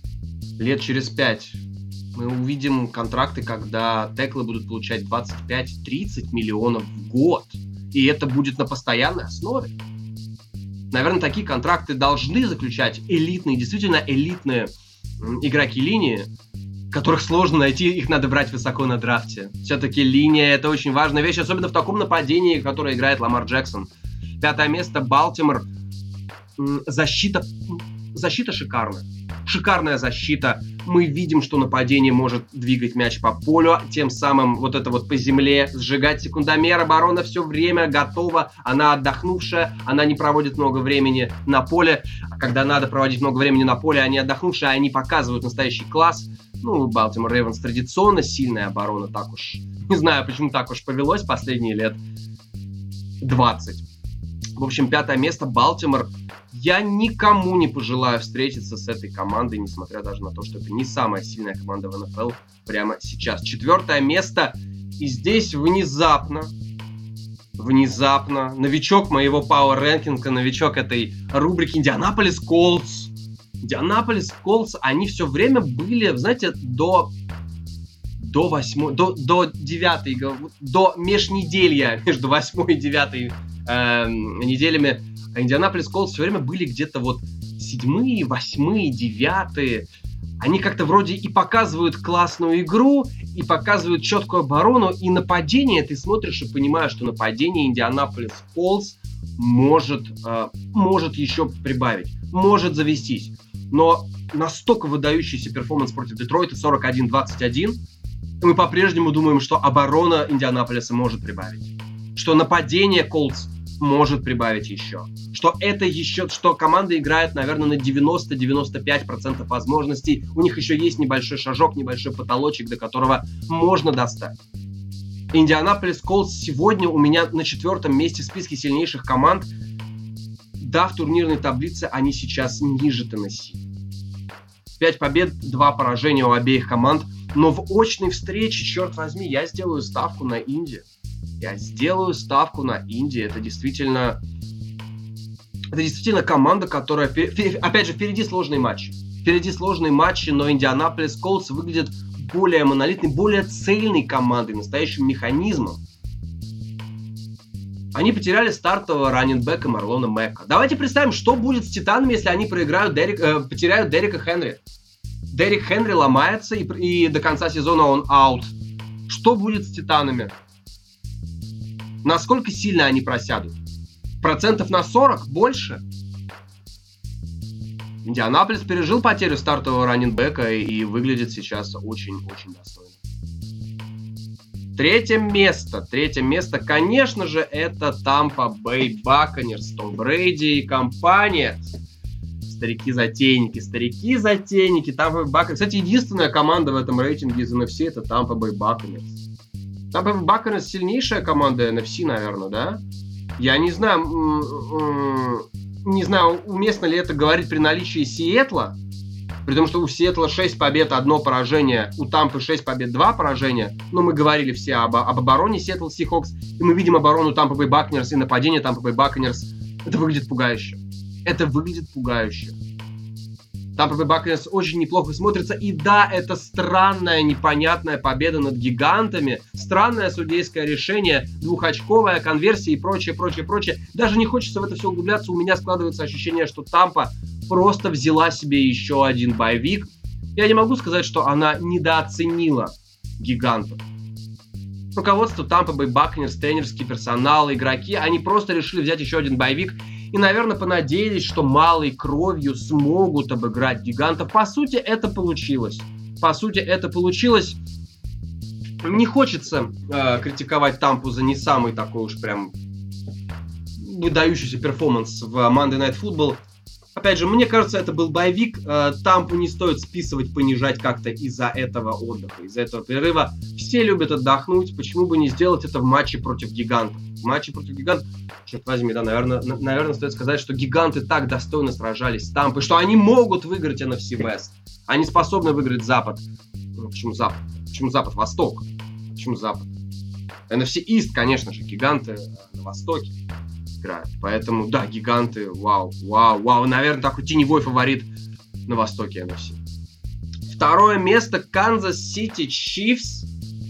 мы увидим контракты, когда теклы будут получать 25-30 миллионов в год. И это будет на постоянной основе. Наверное, такие контракты должны заключать действительно элитные игроки линии, которых сложно найти, их надо брать высоко на драфте. Все-таки линия — это очень важная вещь, особенно в таком нападении, которое играет Ламар Джексон. 5 место, Балтимор. Защита шикарная. Шикарная защита. Мы видим, что нападение может двигать мяч по полю, тем самым вот это вот по земле, сжигать секундомер. Оборона все время готова, она отдохнувшая, она не проводит много времени на поле. А когда надо проводить много времени на поле, они отдохнувшие, они показывают настоящий класс. Ну, Baltimore Ravens традиционно сильная оборона, так уж, не знаю, почему так уж повелось последние лет 20. В общем, 5 место Балтимор. Я никому не пожелаю встретиться с этой командой, несмотря даже на то, что это не самая сильная команда в НФЛ прямо сейчас. 4 место. И здесь внезапно, новичок моего Power Ranking, новичок этой рубрики Индианаполис Колтс. Индианаполис Колтс, они все время были, знаете, до 9, до межнеделья между 8 и 9 неделями. Индианаполис Колтс все время были где-то 7, 8, 9. Они как-то вроде и показывают классную игру, и показывают четкую оборону, и нападение, ты смотришь и понимаешь, что нападение Индианаполис Колтс может еще прибавить, может завестись. Но настолько выдающийся перформанс против Детройта 41-21, мы по-прежнему думаем, что оборона Индианаполиса может прибавить, что нападение Колтс может прибавить еще, что команда играет, наверное, на 90-95% возможностей, у них еще есть небольшой шажок, небольшой потолочек, до которого можно достать. Индианаполис Колтс сегодня у меня на 4 месте в списке сильнейших команд. Да, в турнирной таблице они сейчас ниже Теннесси. 5 побед, 2 поражения у обеих команд. Но в очной встрече, черт возьми, я сделаю ставку на Инди. Это действительно команда, которая... Опять же, впереди сложные матчи, но Индианаполис Колтс выглядит более монолитной, более цельной командой, настоящим механизмом. Они потеряли стартового раннинбека Марлона Мэка. Давайте представим, что будет с Титанами, если они потеряют Дерека Хенри. Дерек Хенри ломается, и до конца сезона он аут. Что будет с Титанами? Насколько сильно они просядут? 40%? Больше? Индианаполис пережил потерю стартового раннинбека и выглядит сейчас очень-очень достойно. 3 место, конечно же, это Тампа Бэй Баконерс, Том Брейди и компания. Старики-затейники. Тампа Бэй Баконерс. Кстати, единственная команда в этом рейтинге из NFC — это Тампа Бэй Баконерс. Тампа Бэй Баконерс сильнейшая команда NFC, наверное, да? Я не знаю, уместно ли это говорить при наличии Сиэтла, при том, что у Сиэтла 6 побед, 1 поражение, у Тампы 6 побед, 2 поражения, но мы говорили все об обороне Сиэтл Сихокс, и мы видим оборону Тампа Бэй Баконерс и нападение Тампа Бэй Баконерс. Это выглядит пугающе. Тампа Бэй Баконерс очень неплохо смотрится. И да, это странная, непонятная победа над гигантами. Странное судейское решение, 2-очковая конверсия и прочее. Даже не хочется в это все углубляться. У меня складывается ощущение, что Тампа просто взяла себе еще один боевик. Я не могу сказать, что она недооценила гигантов. Руководство Тампа Бэй Баконерс, тренерский персонал, игроки, они просто решили взять еще один боевик. И, наверное, понадеялись, что малой кровью смогут обыграть гигантов. По сути, это получилось. Не хочется критиковать Тампу за не самый такой уж прям выдающийся перформанс в Monday Night Football. Опять же, мне кажется, это был боевик. Тампу не стоит списывать, понижать как-то из-за этого отдыха, из-за этого перерыва. Все любят отдохнуть. Почему бы не сделать это в матче против гигантов? Черт возьми, да, наверное, стоит сказать, что гиганты так достойно сражались с Тампой, что они могут выиграть NFC West. Они способны выиграть Запад. Почему Запад? Почему Запад? Восток. Почему Запад? NFC East, конечно же, гиганты на Востоке играют. Поэтому, да, гиганты, вау. Наверное, такой теневой фаворит на Востоке NFC. 2 место Канзас Сити Чифс.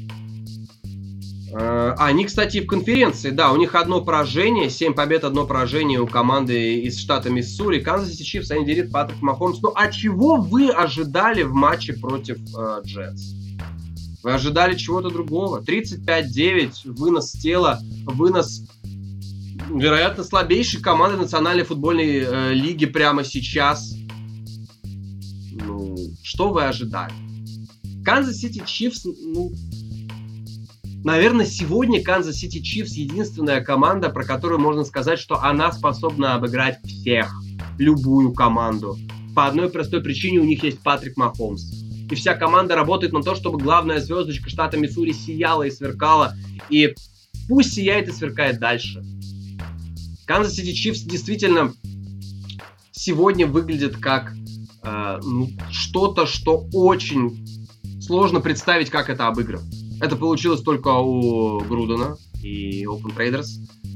Они, кстати, в конференции, да, у них 1 поражение, 7 побед, 1 поражение у команды из штата Миссури. Канзас Сити Чифс, они дерет Патрик Махомс. Ну, а чего вы ожидали в матче против Джетс? Вы ожидали чего-то другого? 35-9, вынос тела, вынос, вероятно, слабейшей команды Национальной футбольной лиги прямо сейчас. Ну, что вы ожидали? Канзас Сити Чифс, наверное, сегодня Канзас Сити Чифс единственная команда, про которую можно сказать, что она способна обыграть всех, любую команду. По одной простой причине: у них есть Патрик Махомс. И вся команда работает на то, чтобы главная звездочка штата Миссури сияла и сверкала. И пусть сияет и сверкает дальше. Канзас Сити Чифс действительно сегодня выглядит как что-то, что очень сложно представить, как это обыгрывать. Это получилось только у Грудена и Oakland Raiders.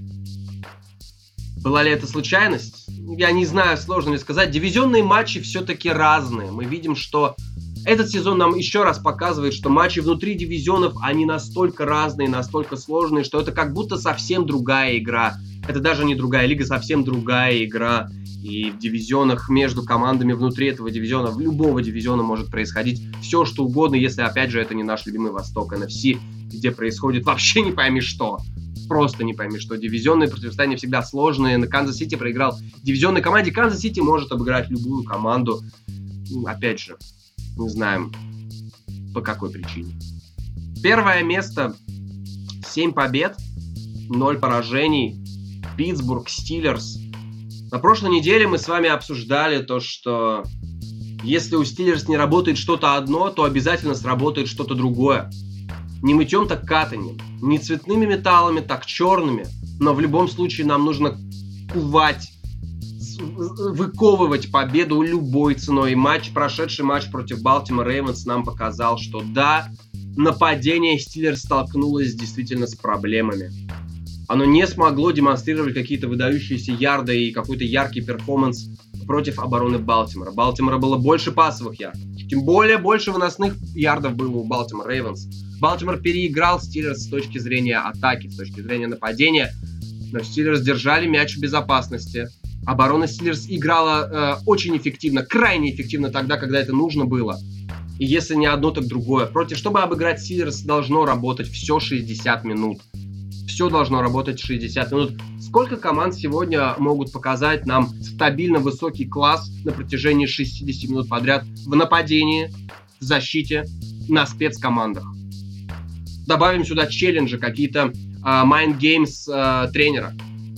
Была ли это случайность? Я не знаю, сложно мне сказать. Дивизионные матчи все-таки разные. Мы видим, что этот сезон нам еще раз показывает, что матчи внутри дивизионов, они настолько разные, настолько сложные, что это как будто совсем другая игра. Это даже не другая лига, совсем другая игра. И в дивизионах между командами внутри этого дивизиона, в любого дивизиона может происходить все, что угодно, если, опять же, это не наш любимый Восток, NFC, где происходит вообще не пойми что. Просто не пойми что. Дивизионные противостояния всегда сложные. На Канзас-Сити проиграл дивизионной команде. Канзас-Сити может обыграть любую команду. Опять же, не знаем, по какой причине. Первое место. 7 побед, 0 поражений. Питтсбург Стиллерс. На прошлой неделе мы с вами обсуждали то, что если у Стиллерс не работает что-то одно, то обязательно сработает что-то другое. Не мытьем, так катаньем. Не цветными металлами, так черными. Но в любом случае нам нужно выковывать победу любой ценой. И прошедший матч против Балтимор Рейвенс нам показал, что да, нападение Стиллерс столкнулось действительно с проблемами. Оно не смогло демонстрировать какие-то выдающиеся ярды и какой-то яркий перформанс против обороны Балтимора. Балтимора было больше пасовых ярдов. Тем более больше выносных ярдов было у Балтимор Рейвенс. Балтимор переиграл Стиллерс с точки зрения атаки, с точки зрения нападения. Но Стиллерс держали мяч в безопасности. Оборона Стиллерс играла очень эффективно, крайне эффективно тогда, когда это нужно было. И если не одно, так другое. Чтобы обыграть Стиллерс, должно работать все 60 минут. Все должно работать 60 минут. Сколько команд сегодня могут показать нам стабильно высокий класс на протяжении 60 минут подряд в нападении, в защите, на спецкомандах? Добавим сюда челленджи, какие-то mind games тренера.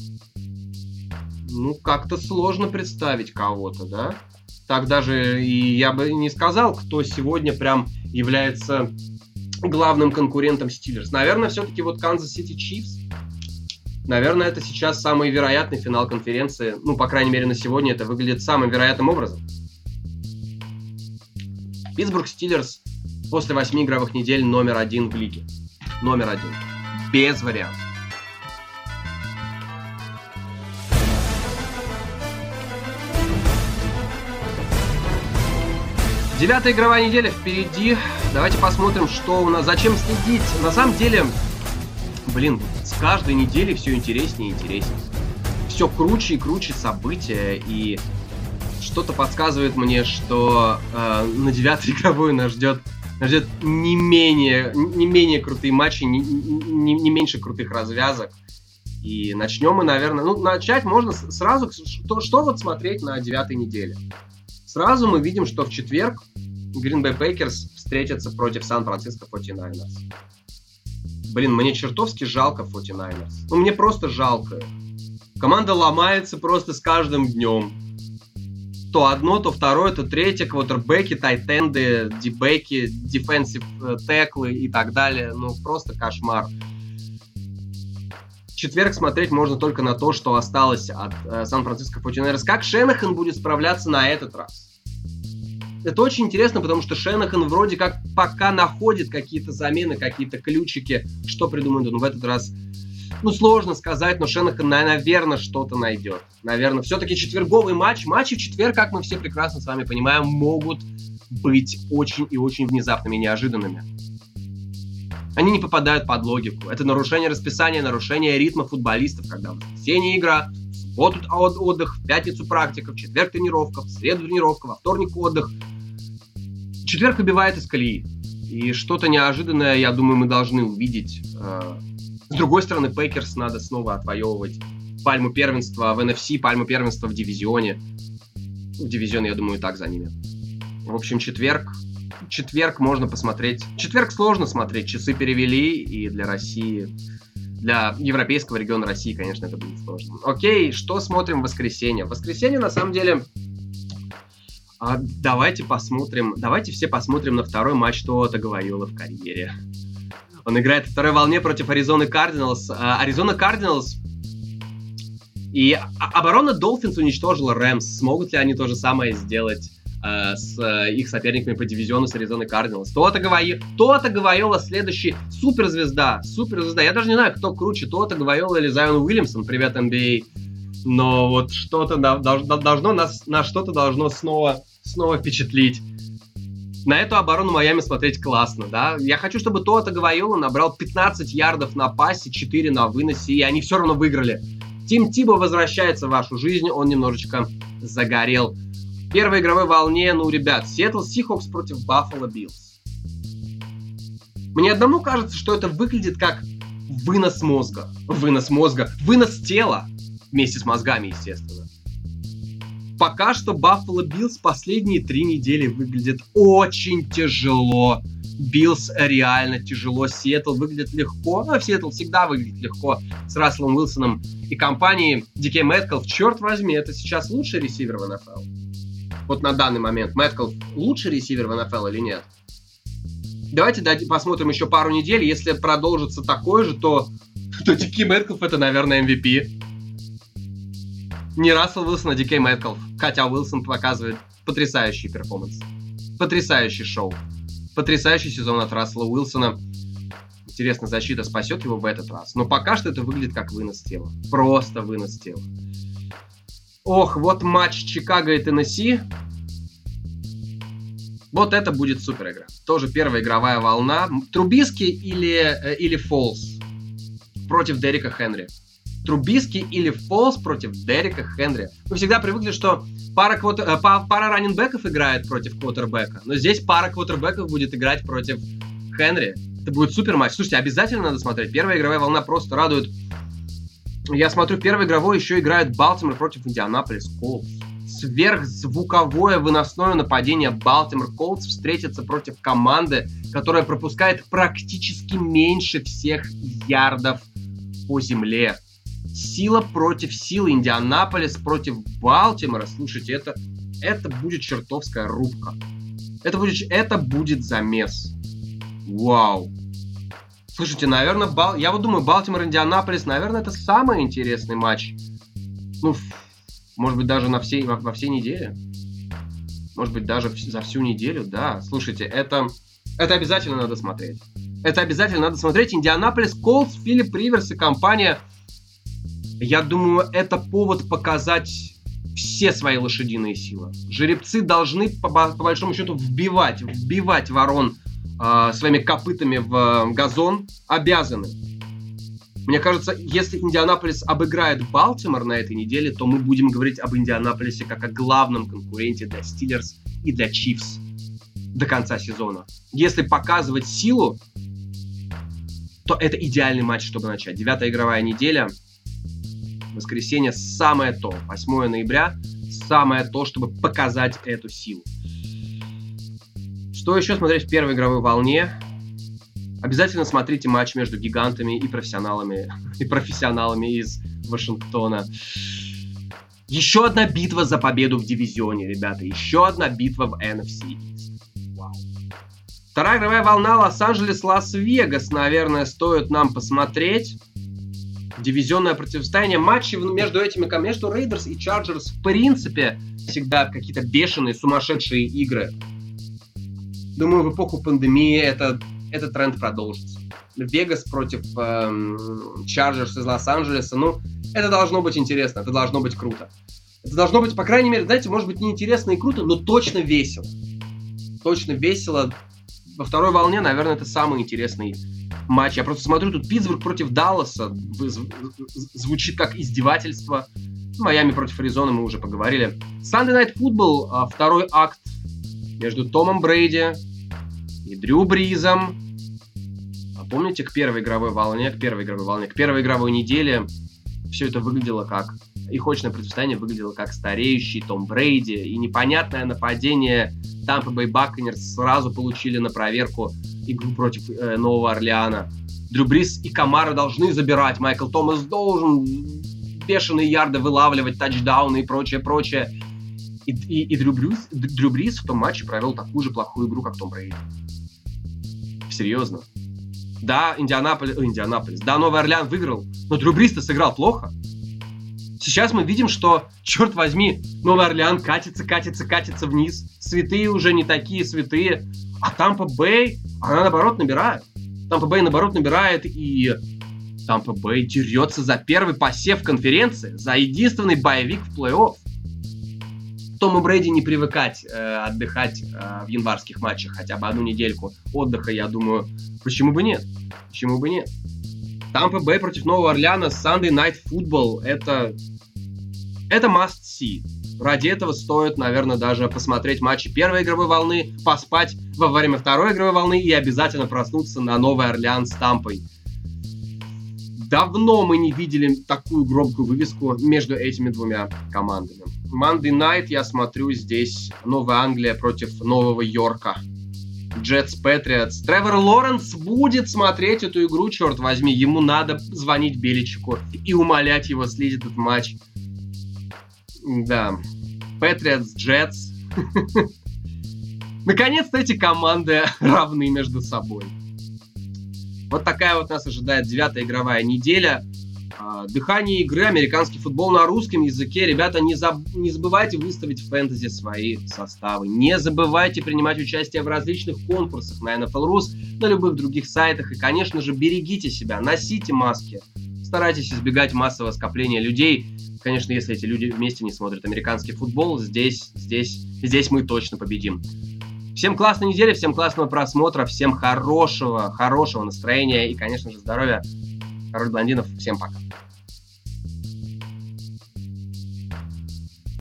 Как-то сложно представить кого-то, да? Так даже и я бы не сказал, кто сегодня прям является главным конкурентом Стиллерс. Наверное, все-таки Канзас Сити Чифс. Наверное, это сейчас самый вероятный финал конференции. По крайней мере, на сегодня это выглядит самым вероятным образом. Питтсбург Стиллерс после 8 игровых недель номер 1 в лиге. Номер 1. Без вариантов. Девятая игровая неделя впереди. Давайте посмотрим, что у нас. Зачем следить? На самом деле, с каждой недели все интереснее и интереснее. Все круче и круче события. И что-то подсказывает мне, что на 9-й игровой нас ждет не менее крутые матчи, не меньше крутых развязок. И начнем мы, наверное... начать можно сразу... Что смотреть на 9-й неделе? Сразу мы видим, что в четверг Green Bay Packers встретятся против Сан-Франциско 49ers. Мне чертовски жалко 49ers. Мне просто жалко. Команда ломается просто с каждым днем. То одно, то второе, то третье. Квотербеки, тайтенды, дибеки, дефенсив теклы и так далее. Просто кошмар. В четверг смотреть можно только на то, что осталось от Сан-Франциско 49ers. Как Шенахан будет справляться на этот раз? Это очень интересно, потому что Шенахан вроде как пока находит какие-то замены, какие-то ключики. Что придумают в этот раз? Сложно сказать, но Шенахан, наверное, что-то найдет. Наверное, все-таки четверговый матч. Матчи в четверг, как мы все прекрасно с вами понимаем, могут быть очень и очень внезапными, неожиданными. Они не попадают под логику. Это нарушение расписания, нарушение ритма футболистов, когда в воскресенье игра, в субботу отдых, в пятницу практика, в четверг тренировка, в среду тренировка, во вторник отдых. Четверг выбивает из колеи. И что-то неожиданное, я думаю, мы должны увидеть. С другой стороны, Пейкерс надо снова отвоевывать пальму первенства в NFC, пальму первенства в дивизионе. В дивизионе, я думаю, и так за ними. В общем, четверг можно посмотреть. Четверг сложно смотреть, часы перевели, и для России, для европейского региона России, конечно, это будет сложно. Окей, что смотрим в воскресенье? В воскресенье, на самом деле, давайте все посмотрим на второй матч Туа Таговайоло в карьере. Он играет во второй волне против Аризоны Кардиналс. Аризона Кардиналс И оборона Долфинс уничтожила Рэмс. Смогут ли они то же самое сделать с их соперниками по дивизиону с Аризоной Кардиналс? Туа Таговайола следующий суперзвезда. Я даже не знаю, кто круче, Туа Таговайола или Зайон Уильямсон. Привет, NBA. Но вот что-то должно нас снова впечатлить. На эту оборону Майами смотреть классно, да? Я хочу, чтобы Туа Таговайола набрал 15 ярдов на пасе, 4 на выносе, и они все равно выиграли. Тим Тибо возвращается в вашу жизнь, он немножечко загорел. В первой игровой волне, ребят, Сиэтл Сихокс против Баффало Биллс. Мне одному кажется, что это выглядит как вынос мозга, вынос тела, вместе с мозгами, естественно. Пока что Баффало Биллс последние 3 недели выглядит очень тяжело. Биллс реально тяжело. Сиэтл выглядит легко. Сиэтл всегда выглядит легко с Расселом Уилсоном и компанией DK Metcalf. Черт возьми, это сейчас лучший ресивер в НФЛ? Вот на данный момент. Metcalf лучший ресивер в НФЛ или нет? Давайте посмотрим еще пару недель. Если продолжится такой же, то DK Metcalf это, наверное, MVP. Не Рассел Уилсон, а DK Metcalf. Хотя Уилсон показывает потрясающий перформанс. Потрясающий шоу. Потрясающий сезон от Рассела Уилсона. Интересно, защита спасет его в этот раз. Но пока что это выглядит как вынос тела. Просто вынос тела. Ох, вот матч Чикаго и Теннесси. Вот это будет супер игра. Тоже первая игровая волна. Трубиски или Фолс против Дерека Хенри. Трубиски или Фолс против Дерека Хенри. Мы всегда привыкли, что пара раннинбеков играет против квотербека, но здесь пара квотербеков будет играть против Хенри. Это будет супер матч. Слушайте, обязательно надо смотреть. Первая игровая волна просто радует. Я смотрю, первой игровой еще играет Балтимор против Индианаполис Колтс. Сверхзвуковое выносное нападение Балтимор Колтс встретится против команды, которая пропускает практически меньше всех ярдов по земле. Сила против силы. Индианаполис против Балтимора. Слушайте, это будет чертовская рубка. Это будет замес. Вау. Слушайте, наверное, я вот думаю, Балтимор-Индианаполис, наверное, это самый интересный матч. Может быть, даже во всей неделе. Может быть, даже за всю неделю, да. Слушайте, это обязательно надо смотреть. Индианаполис Колтс, Филипп Риверс и компания. Я думаю, это повод показать все свои лошадиные силы. Жеребцы должны, по большому счету, вбивать ворон своими копытами в газон. Обязаны. Мне кажется, если Индианаполис обыграет Балтимор на этой неделе, то мы будем говорить об Индианаполисе как о главном конкуренте для Стиллерс и для Чифс до конца сезона. Если показывать силу, то это идеальный матч, чтобы начать. 9-я игровая неделя. Воскресенье самое то. 8 ноября самое то, чтобы показать эту силу. Что еще смотреть в первой игровой волне? Обязательно смотрите матч между гигантами и профессионалами из Вашингтона. Еще одна битва за победу в дивизионе, ребята. Еще одна битва в NFC. Вау. Вторая игровая волна Лос-Анджелес, Лас-Вегас. Наверное, стоит нам посмотреть. Дивизионное противостояние. Матчи между Рейдерс и Чарджерс в принципе всегда какие-то бешеные, сумасшедшие игры. Думаю, в эпоху пандемии этот тренд продолжится. Вегас против Чарджерс из Лос-Анджелеса. Это должно быть интересно, это должно быть круто. Это должно быть, по крайней мере, знаете, может быть, не интересно и круто, но точно весело. Точно весело. Во второй волне, наверное, это самый интересный матч. Я просто смотрю, тут Питтсбург против Далласа звучит как издевательство. Майами против Аризоны мы уже поговорили. Sunday Night Football, второй акт между Томом Брейди и Дрю Бризом. Помните, к первой игровой неделе все это выглядело как... Их очное противостояние выглядело как стареющий Том Брейди. И непонятное нападение Тампа Бэй Баконерс сразу получили на проверку игру против Нового Орлеана. Дрю Бриз и Камара должны забирать. Майкл Томас должен бешеные ярды вылавливать, тачдауны и прочее. И Дрю Бриз в том матче провел такую же плохую игру, как Том Брейди. Серьезно. Да, Индианаполис, да, Новый Орлеан выиграл, но Дрю Бриз-то сыграл плохо. Сейчас мы видим, что, черт возьми, Новый Орлеан катится вниз. Святые уже не такие святые. А Тампа Бэй, она наоборот набирает. Тампа Бэй наоборот набирает, и Тампа Бэй дерется за первый посев конференции, за единственный боевик в плей-офф. Тому Брэди не привыкать отдыхать в январских матчах хотя бы одну недельку отдыха, я думаю, почему бы нет? Почему бы нет? Тампа Бэй против Нового Орлеана, Sunday Night Football, это must see. Ради этого стоит, наверное, даже посмотреть матчи первой игровой волны, поспать во время второй игровой волны и обязательно проснуться на Новый Орлеан с Тампой. Давно мы не видели такую громкую вывеску между этими двумя командами. Monday Night, я смотрю, здесь Новая Англия против Нового Йорка. Джетс Патриотс. Тревор Лоренс будет смотреть эту игру, черт возьми. Ему надо звонить Беличику и умолять его слить этот матч. Да. Патриотс, Джетс. Наконец-то эти команды равны между собой. Вот такая вот нас ожидает 9-я игровая неделя. Дыхание игры, американский футбол на русском языке. Ребята, не забывайте выставить в фэнтези свои составы. Не забывайте принимать участие в различных конкурсах на NFL.rus, на любых других сайтах. И, конечно же, берегите себя, носите маски. Старайтесь избегать массового скопления людей. Конечно, если эти люди вместе не смотрят американский футбол, здесь мы точно победим. Всем классной недели, всем классного просмотра, всем хорошего настроения и, конечно же, здоровья. Король блондинов. Всем пока.